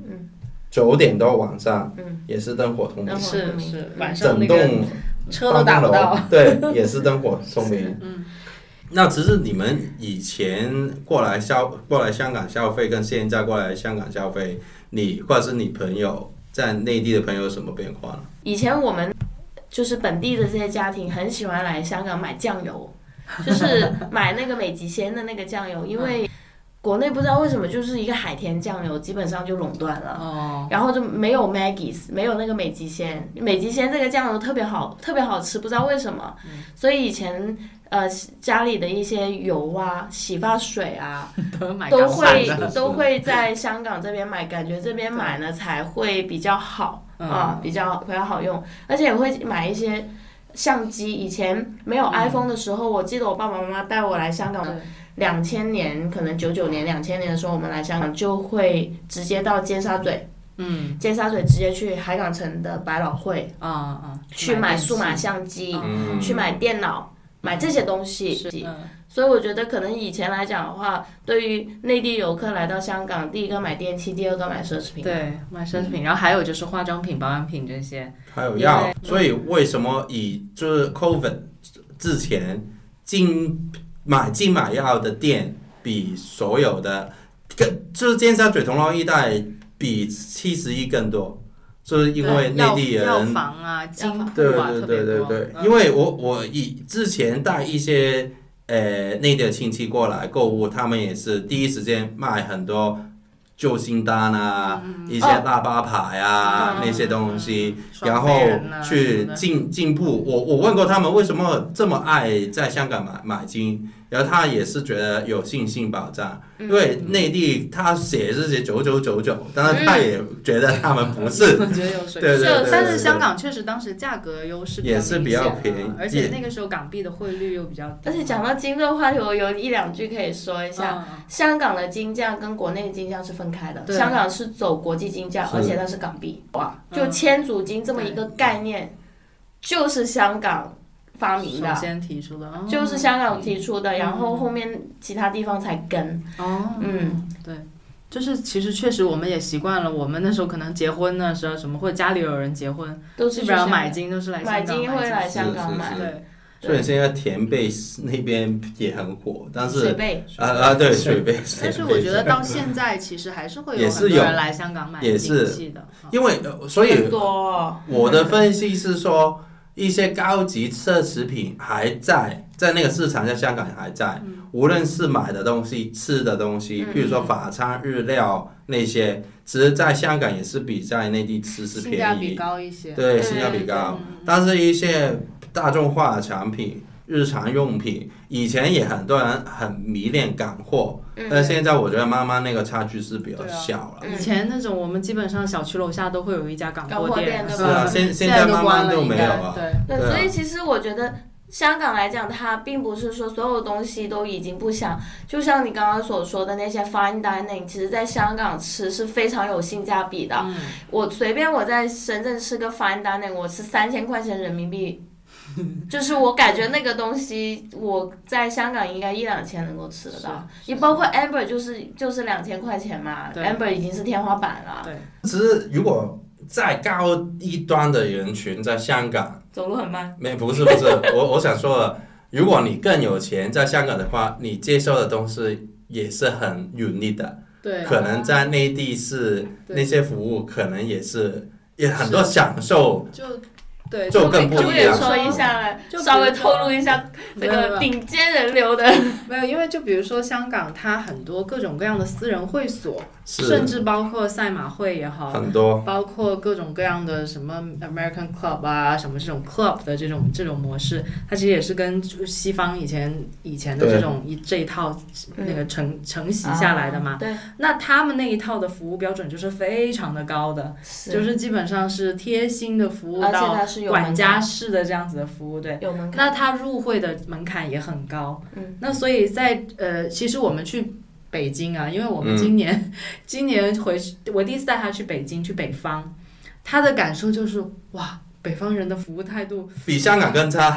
，9点多晚上，也是灯火通明， 是晚上整栋车都打不到， 对，也是灯火通明。那只是你们以前过来香港消费，跟现在过来香港消费，你或者是你朋友在内地的朋友有什么变化呢？ 以前我们就是本地的这些家庭很喜欢来香港买酱油，就是买那个美极鲜的那个酱油，因为国内不知道为什么就是一个海甜酱油基本上就垄断了，然后就没有 Maggie's， 没有那个美极鲜。美极鲜这个酱油特别好吃，不知道为什么，所以以前家里的一些油啊、洗发水啊，都会在香港这边买，感觉这边买呢才会比较好比较好用，而且也会买一些相机。以前没有 iPhone 的时候，我记得我爸爸妈妈带我来香港，2000年可能99年、2000年的时候，我们来香港就会直接到尖沙咀。尖沙咀直接去海港城的百老汇去买数码相机，去买电脑，买这些东西。所以我觉得可能以前来讲的话，对于内地游客来到香港，第一个买电器，第二个买奢侈品。 对，买奢侈品，然后还有就是化妆品、保养品这些， 还有药。所以为什么就是 COVID 之前买药的店比所有的就是尖沙咀铜锣一带比71更多，就是因为内地人药房啊、金铺啊特别多。 对，因为我之前带一些内地的亲戚过来购物，他们也是第一时间卖很多救星丹啊，一些大巴牌啊那些东西，然后去进步。我问过他们为什么这么爱在香港买金，然后他也是觉得有信心保障，因为内地他写是写9999，但是他也觉得他们不是， 我觉得有水。 对， 但是香港确实当时价格优势也是比较便宜， 而且那个时候港币的汇率又比较低。 而且讲到金这个话题，我有1-2句可以说一下。香港的金价跟国内的金价是分开的，香港是走国际金价，而且它是港币，哇，就千足金这么一个概念。 就是香港发明的， 首先提出的， 就是香港提出的，然后后面其他地方才跟。 对。就是其实确实我们也习惯了，我们那时候可能结婚的时候什么，或者家里有人结婚， 都是基本上买金都是来香港买金会来香港买。 对。 所以现在田贝那边也很火，但是水贝对水贝， 但是我觉得到现在其实还是会有很多人来香港买金器的， 因为所以多我的分析是说，一些高级奢侈品还在那个市场，在香港也还在，无论是买的东西、吃的东西，比如说法餐、日料那些，其实在香港也是比在内地吃是便宜， 性价比高一些， 对，性价比高。但是一些大众化的产品、日常用品，以前也很多人很迷恋港货，但现在我觉得慢慢那个差距是比较小了。 以前那种我们基本上小区楼下都会有一家港货店， 是吧？ 现在慢慢都没有了。 对，所以其实我觉得香港来讲，它并不是说所有东西都已经不香，就像你刚刚所说的那些 fine dining， 其实在香港吃是非常有性价比的。我随便我在深圳吃个 fine dining， 我吃3000块钱人民币。就是我感觉那个东西，我在香港应该1-2千能够吃得到，也包括 Amber 就是2000块钱嘛 ，Amber 已经是天花板了。 对， 只是如果再高一端的人群在香港走路很慢， 不是我想说的，如果你更有钱在香港的话，你接受的东西也是很 unique 的， 对， 可能在内地是那些服务可能也很多享受， 对， 就更不一样。 说一下，稍微透露一下这个顶尖人流的。 没有，因为就比如说香港，它很多各种各样的私人会所，甚至包括赛马会也好， 很多， 包括各种各样的什么 American Club 啊，什么这种 club 的这种模式，它其实也是跟西方以前的这一套那个承袭下来的嘛。 对。 那他们那一套的服务标准就是非常的高的，就是基本上是贴心的服务到管家式的这样子的服务，对。 有门槛。 那它入会的门槛也很高。那所以在其实我们去北京啊，因为我们今年回去，我第一次带他去北京，去北方，他的感受就是哇，北方人的服务态度比香港更差。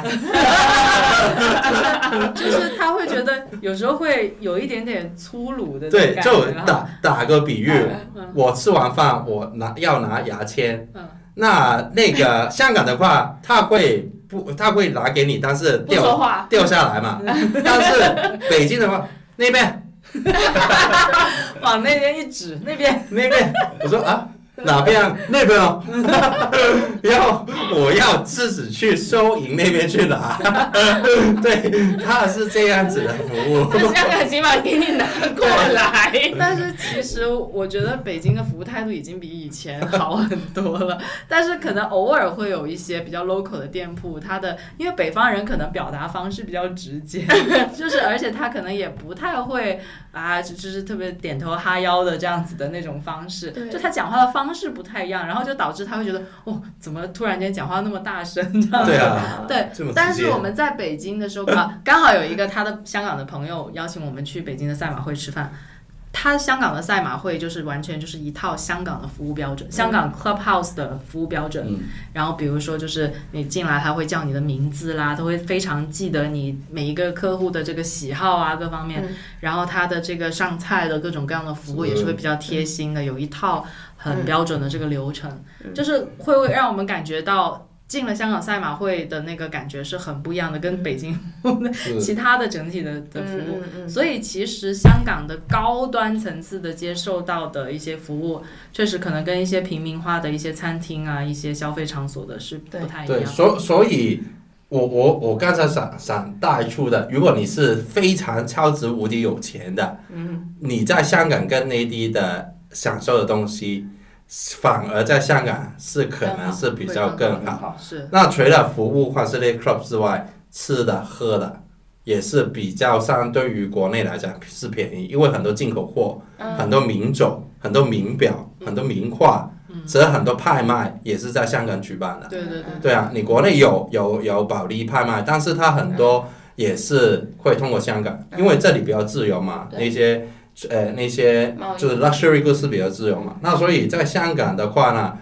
就是他会觉得有时候会有一点点粗鲁的对， 感觉。 就打个比喻，我吃完饭我要拿牙签，那个香港的话，他会拿给你，但是掉下来嘛。但是北京的话，那边往那边一指，那边， 我说啊。哪边啊？那边哦，我要自己去收银那边去拿。对，他是这样子的服务。 香港起码给你拿过来。 但是其实我觉得北京的服务态度已经比以前好很多了。但是可能偶尔会有一些比较 local 的店铺，因为北方人可能表达方式比较直接，就是而且他可能也不太会就是特别点头哈腰的这样子的那种方式，就他讲话的方式不太一样，然后就导致他会觉得怎么突然间讲话那么大声这样子。 对啊， 对。但是我们在北京的时候刚好有一个他的香港的朋友邀请我们去北京的赛马会吃饭。他香港的赛马会就是完全就是一套香港的服务标准，香港 Clubhouse 的服务标准。然后比如说就是你进来他会叫你的名字啦，都会非常记得你每一个客户的这个喜好啊各方面。然后他的这个上菜的各种各样的服务也是会比较贴心的，有一套很标准的这个流程，就是会让我们感觉到进了香港赛马会的那个感觉是很不一样的，跟北京其他的整体的服务。所以其实香港的高端层次的接受到的一些服务，确实可能跟一些平民化的一些餐厅啊、一些消费场所的是不太一样。 对，所以我刚才想带出的，如果你是非常超值无敌有钱的，你在香港跟内地的享受的东西，反而在香港是可能是比较更好。 是。那除了服务或是那些 club 之外，吃的喝的也是比较相对于国内来讲是便宜，因为很多进口货，很多名酒，很多名表，很多名画，其实很多拍卖也是在香港举办的。对啊，你国内有保利拍卖，但是它很多也是会通过香港，因为这里比较自由嘛，那些就是 luxury goods 比较自由嘛。那所以在香港的话呢，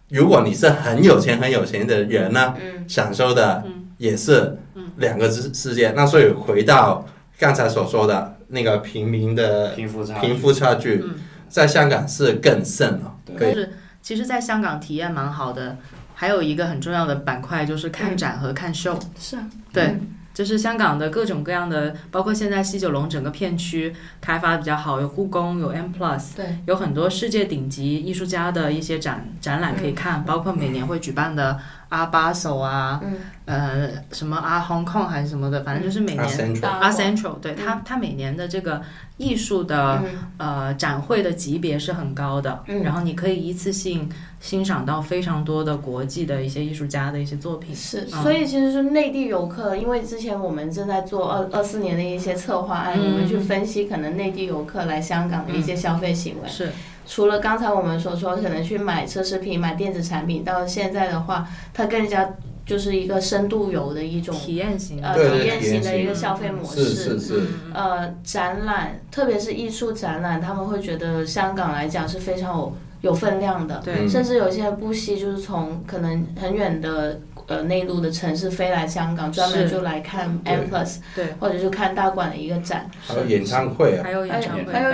如果你是很有钱的人呢，享受的也是两个世界。那所以回到刚才所说的那个平民的贫富差距，在香港是更甚了。 但是其实在香港体验蛮好的，还有一个很重要的板块就是看展和看秀。 是啊， 对。就是香港的各种各样的，包括现在西九龙整个片区开发的比较好，有故宫，有 M+， 对， 有很多世界顶级艺术家的一些展览可以看，包括每年会举办的Art Basel 啊，什么Art Hong Kong 还是什么的，反正就是每年Art Central， 对，它每年的这个艺术的展会的级别是很高的，然后你可以一次性欣赏到非常多的国际的一些艺术家的一些作品。 是，所以其实是内地游客，因为之前我们正在做24年的一些策划案，我们去分析可能内地游客来香港的一些消费行为。 是。 除了刚才我们所说可能去买奢侈品、买电子产品，到现在的话，它更加就是一个深度游的一种体验型的一个消费模式。 是。 展览，特别是艺术展览，他们会觉得香港来讲是非常有分量的， 对， 甚至有些人不惜就是从可能很远的内陆的城市飞来香港，专门就来看 M+， 对， 或者就看大馆的一个展， 还有演唱会啊， 还有演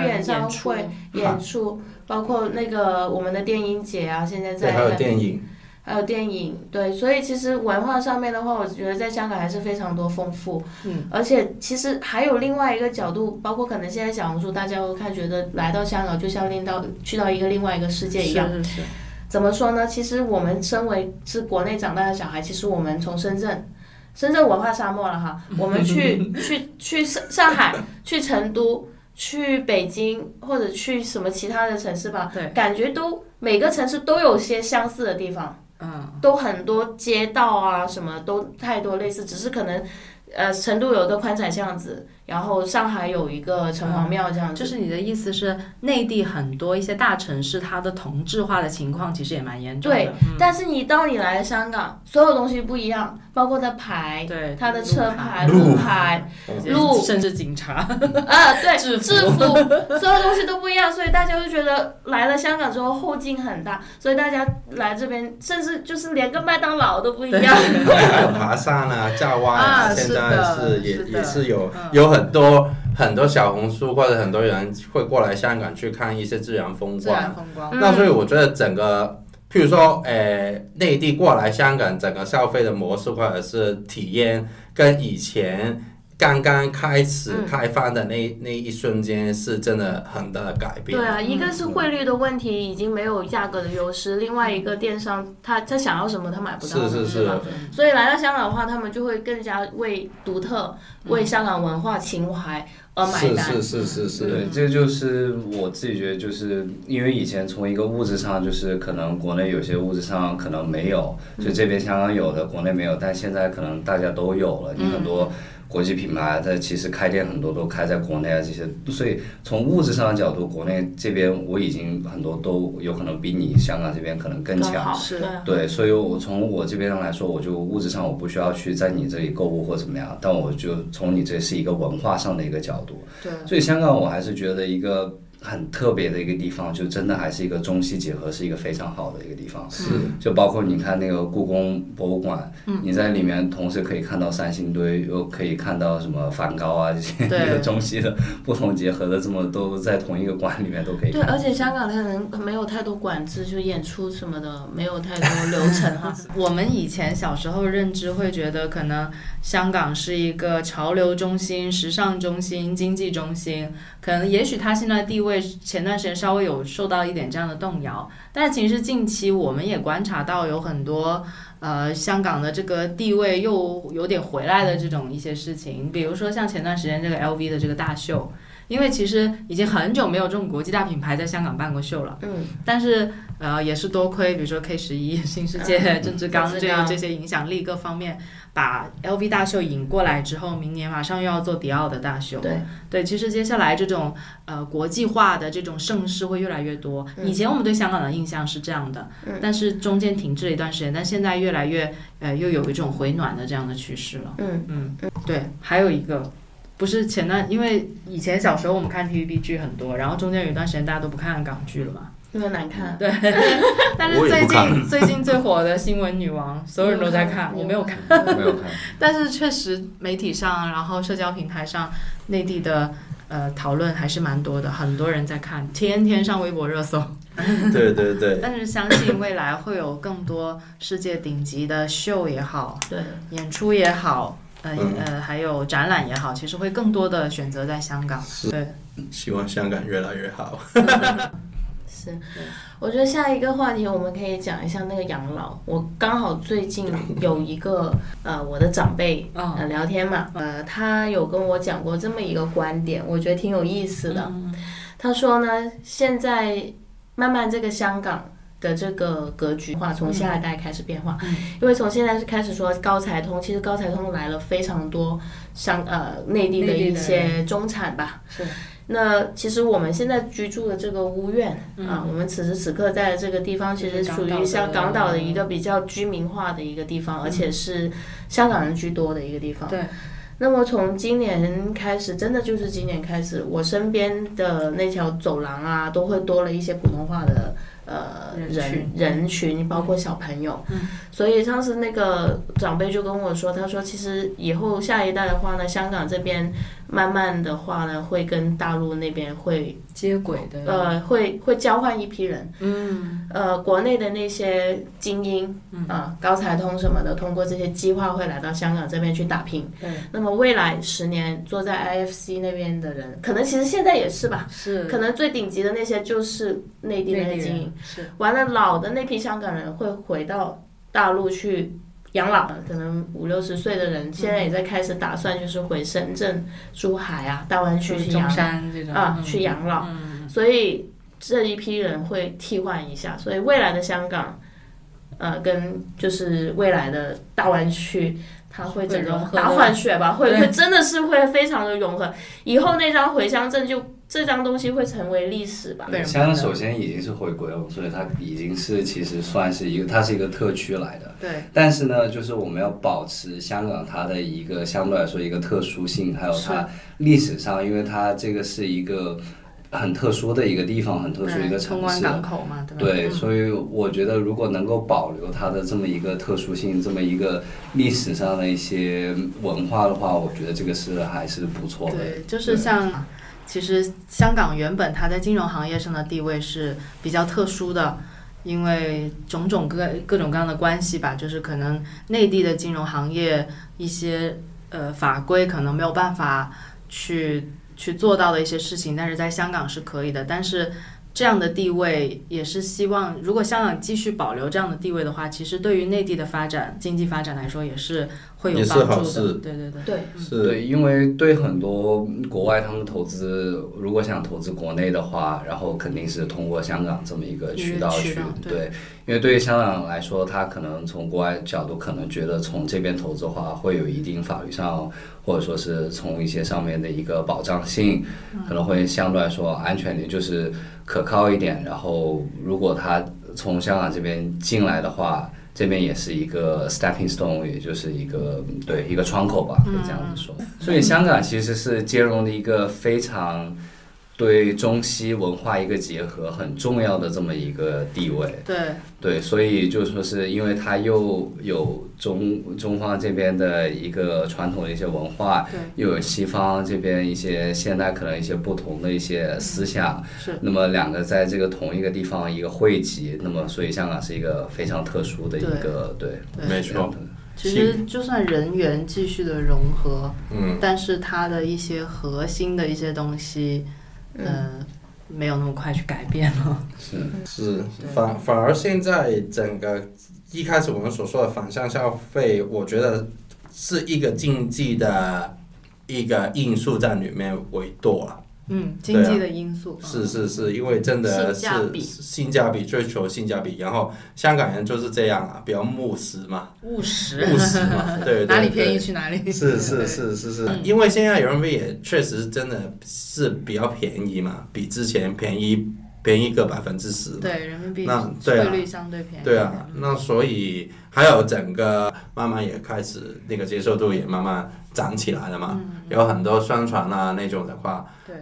出，包括那个我们的电影节啊，现在还有电影， 对，所以其实文化上面的话，我觉得在香港还是非常多丰富，而且其实还有另外一个角度，包括可能现在小红书大家会看，觉得来到香港就像去到另外一个世界一样， 是。 怎么说呢？其实我们身为是国内长大的小孩，其实我们从深圳文化沙漠了哈，我们去上海、去成都、去北京或者去什么其他的城市吧， 对， 感觉每个城市都有些相似的地方，都很多街道啊，什么都太多类似，只是可能成都有一个宽窄巷子，然后上海有一个城隍庙这样子。 就是你的意思是，内地很多一些大城市，它的同质化的情况其实也蛮严重的。 对，但是你来了香港，所有东西不一样，包括它牌， 对， 它的车牌、路牌、 甚至警察对，制服，所有东西都不一样，所以大家就觉得来了香港之后后劲很大，所以大家来这边，甚至就是连个麦当劳都不一样。 还有爬山啊、驾蛙啊，现在也是有很多小红书或者很多人会过来香港去看一些自然风光。那所以我觉得整个，譬如说，内地过来香港，整个消费的模式或者是体验，跟以前刚刚开始开放的那一瞬间是真的很大的改变。 对啊，一个是汇率的问题，已经没有价格的优势；另外一个电商他想要什么他买不到， 是。 所以来到香港的话，他们就会更加为独特、为香港文化情怀而买单。 是。 对，这就是我自己觉得，就是因为以前从一个物质上，就是可能国内有些物质上可能没有，就这边香港有的，国内没有，但现在可能大家都有了，你很多国际品牌它其实开店很多都开在国内啊这些，所以从物质上的角度，国内这边我已经很多都有可能比你香港这边可能更强，对，所以我从我这边来说，我就物质上我不需要去在你这里购物或怎么样，但我就从你这是一个文化上的一个角度， 对， 所以香港我还是觉得一个很特别的一个地方，就真的还是一个中西结合，是一个非常好的一个地方。 是， 就包括你看那个故宫博物馆，你在里面同时可以看到三星堆，又可以看到什么梵高啊这些一个中西的不同结合的，这么都在同一个馆里面都可以看。 对，而且香港它可能没有太多管制，就演出什么的没有太多流程哈。 我们以前小时候认知会觉得，可能香港是一个潮流中心、时尚中心、经济中心，可能也许它现在地位前段时间稍微有受到一点这样的动摇，但其实近期我们也观察到有很多香港的这个地位又有点回来的这种一些事情，比如说像前段时间这个 LV 的这个大秀，因为其实已经很久没有这种国际大品牌在香港办过秀了，但是也是多亏比如说 K11、新世界、郑志刚这些影响力各方面，把 LV 大秀引过来之后，明年马上又要做迪奥的大秀。对，其实接下来这种国际化的这种盛事会越来越多。以前我们对香港的印象是这样的，但是中间停滞了一段时间，但现在越来越又有一种回暖的这样的趋势了。对，还有一个。不是因为以前小时候我们看 TVB 剧很多，然后中间有一段时间大家都不看港剧了嘛， 因为难看。 对，但是我也不看最近最火的新闻女王，所有人都在看，我没有看。 没有看。 但是确实媒体上，然后社交平台上，内地的讨论还是蛮多的，很多人在看，天天上微博热搜。 对对对。 但是相信未来会有更多世界顶级的秀也好， 对， 演出也好，还有展览也好，其实会更多的选择在香港。对， 希望香港越来越好。 是，我觉得下一个话题我们可以讲一下那个养老。我刚好最近有一个我的长辈聊天嘛，他有跟我讲过这么一个观点，我觉得挺有意思的。他说呢，现在慢慢这个香港的这个格局化从下一代开始变化，因为从现在开始说高才通，其实高才通来了非常多内地的一些中产吧。 是。 那其实我们现在居住的这个屋苑我们此时此刻在的这个地方，其实属于像港岛的一个比较居民化的一个地方，而且是香港人居多的一个地方。 对。 那么从今年开始，真的就是今年开始，我身边的那条走廊啊，都会多了一些普通话的人群，包括小朋友。所以上次那个长辈就跟我说，他说其实以后下一代的话呢，香港这边慢慢的话呢，会跟大陆那边会接轨的， 会交换一批人。国内的那些精英高才通什么的，通过这些计划会来到香港这边去打拼。 对。 那么未来10年坐在 IFC 那边的人，可能其实现在也是吧， 是， 可能最顶级的那些就是内地的精英。 是。 完了，老的那批香港人会回到大陆去养老，可能50、60岁的人现在也在开始打算，就是回深圳、珠海啊、大湾区去中山这种去养老。所以这一批人会替换一下，所以未来的香港，跟就是未来的大湾区，它会整个大换血吧，会真的是会非常的融合。以后那张回乡证这张东西会成为历史吧。 香港首先已经是回归了，所以它已经是其实算是它是一个特区来的。 对。 但是呢，就是我们要保持香港它的一个相对来说一个特殊性，还有它历史上，因为它这个是一个很特殊的一个地方，很特殊的一个城市， 通关港口嘛，对吧？ 对，所以我觉得如果能够保留它的这么一个特殊性，这么一个历史上的一些文化的话，我觉得这个是还是不错的。 对，就是像其实香港原本它在金融行业上的地位是比较特殊的，因为种种各种各样的关系吧，就是可能内地的金融行业一些法规可能没有办法去做到的一些事情，但是在香港是可以的。但是这样的地位也是希望，如果香港继续保留这样的地位的话，其实对于内地的发展、经济发展来说也是会有帮助的。对对对， 对， 是对，因为对很多国外他们投资，如果想投资国内的话，然后肯定是通过香港这么一个渠道去，对，因为对于香港来说，他可能从国外角度可能觉得从这边投资的话，会有一定法律上或者说是从一些上面的一个保障性，可能会相对来说安全点，就是可靠一点。然后如果他从香港这边进来的话，这边也是一个 stepping stone， 也就是一个一个窗口吧，可以这样子说。所以香港其实是兼容的一个非常对中西文化一个结合很重要的这么一个地位。对，所以就说是因为它又有中方这边的一个传统的一些文化，又有西方这边一些现代可能一些不同的一些思想，那么两个在这个同一个地方一个汇集，那么所以香港是一个非常特殊的一个对， 没错。 其实就算人员继续的融合，但是它的一些核心的一些东西，没有那么快去改变了。 是，反而现在整个一开始我们所说的反向消费，我觉得是一个经济的一个因素在里面为多了。 经济的因素。 是，因为真的是性价比，追求性价比，然后香港人就是这样啊，比较务实嘛，对， 哪里便宜去哪里。 是，因为现在人民币也确实真的是比较便宜嘛，比之前便宜个10%。 对，人民币汇率相对便宜。 对啊，那所以还有整个慢慢也开始那个接受度也慢慢涨起来了嘛，有很多宣传啊那种的话，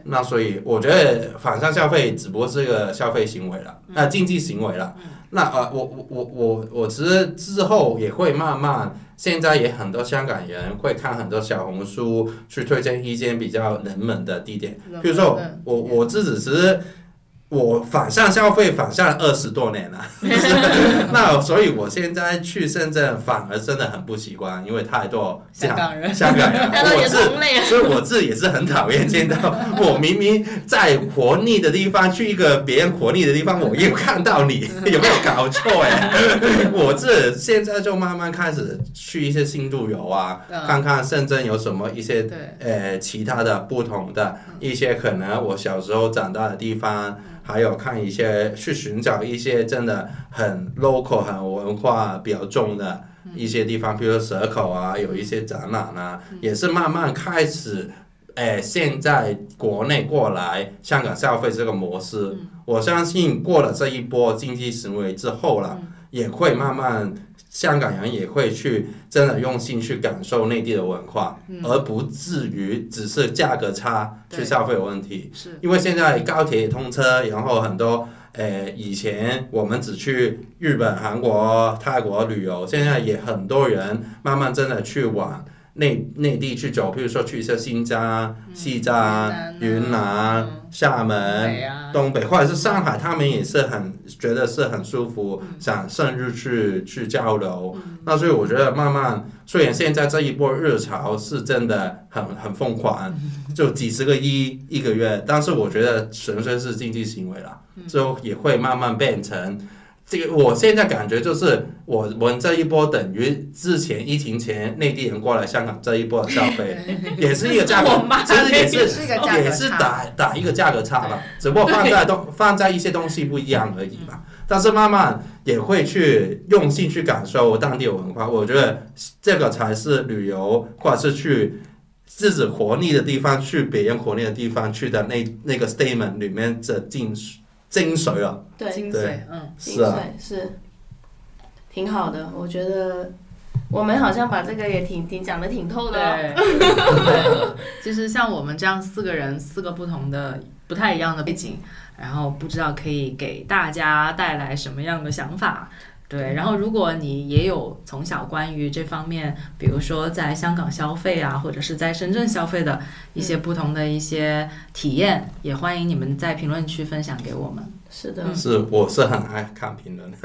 那所以我觉得反向消费只不过是个消费行为了，经济行为了。那我其实之后也会慢慢，现在也很多香港人会看很多小红书去推荐一些比较冷门的地点，比如说我自己其实。我反向消费反向20多年了，那所以我现在去深圳反而真的很不习惯，因为太多香港人， 所以我自己也是很讨厌见到我明明在活腻的地方去一个别人活腻的地方，我又看到你，有没有搞错哎？我现在就慢慢开始去一些新路游啊，看看深圳有什么一些其他的不同的一些可能我小时候长大的地方。还有看一些去寻找一些真的很 local 很文化比较重的一些地方，比如说蛇口啊，有一些展览啊，也是慢慢开始，现在国内过来香港消费这个模式，我相信过了这一波经济行为之后了，也会慢慢。香港人也会去真的用心去感受内地的文化，而不至于只是价格差去消费的问题。因为现在高铁通车，然后很多以前我们只去日本、韩国、泰国旅游，现在也很多人慢慢真的去往内地去走，譬如说去一些新疆、西藏、云南、厦门、东北，或者是上海，他们也是觉得是很舒服，想甚至去交流。那所以我觉得慢慢，虽然现在这一波热潮是真的很疯狂，就几十个亿一个月，但是我觉得纯粹是经济行为了，之后也会慢慢变成。这个我现在感觉就是我们这一波等于之前疫情前内地人过来香港这一波的消费，也是一个价格，其实也是打一个价格差吧，只不过放在一些东西不一样而已吧。但是慢慢也会去用心去感受当地的文化，我觉得这个才是旅游或者是去自己活腻的地方，去别人活腻的地方去的那个 statement 里面的精髓了， 对， 精髓， 是啊，是挺好的。我觉得我们好像把这个也讲得挺透的哦。 对，其实像我们这样4个人，4个不同的、不太一样的背景，然后不知道可以给大家带来什么样的想法。对，然后如果你也有从小关于这方面，比如说在香港消费啊，或者是在深圳消费的一些不同的一些体验，也欢迎你们在评论区分享给我们。 是的， 我是很爱看评论，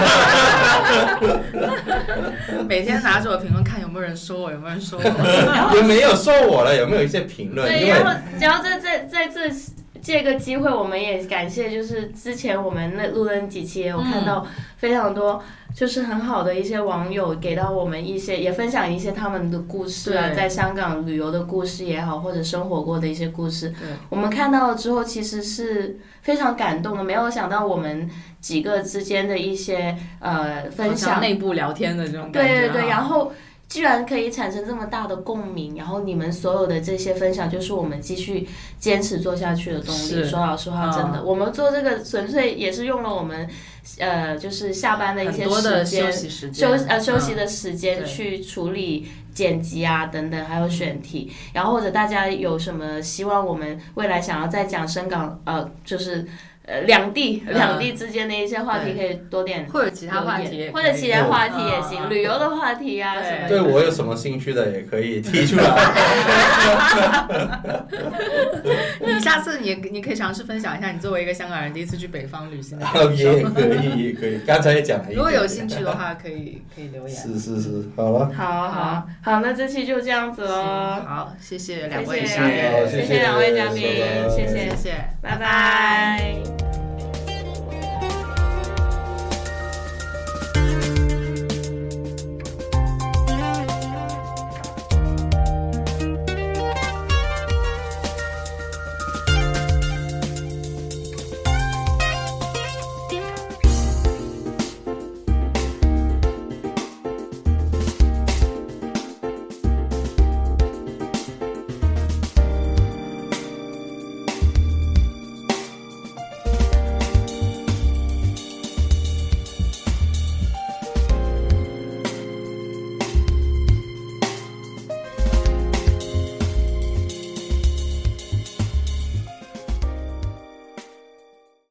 每天拿着我评论看有没有人说我，有没有人说我， 有没有说我了？有没有一些评论？ 对，然后在这借个机会，我们也感谢，就是之前我们录的那几期也有看到非常多，就是很好的一些网友给到我们一些，也分享一些他们的故事啊，在香港旅游的故事也好，或者生活过的一些故事。我们看到了之后，其实是非常感动的，没有想到我们几个之间的一些分享， 内部聊天的这种感觉。 对，然后。居然可以产生这么大的共鸣，然后你们所有的这些分享，就是我们继续坚持做下去的动力。说老实话，真的，我们做这个纯粹也是用了我们就是下班的一些时间，休息的时间去处理剪辑啊等等，还有选题。然后或者大家有什么希望我们未来想要再讲深港就是两地之间的一些话题，可以多点， 或者其他话题， 或者其他话题也行，旅游的话题啊什么。 对我有什么兴趣的也可以提出来。 你下次你可以尝试分享一下，你作为一个香港人第一次去北方旅行的感受。也可以，刚才也讲了一点。 如果有兴趣的话，可以留言。 是，好了。 好，那这期就这样子喽。 好，谢谢两位嘉宾， 谢谢两位嘉宾，谢谢， 谢谢， 拜拜。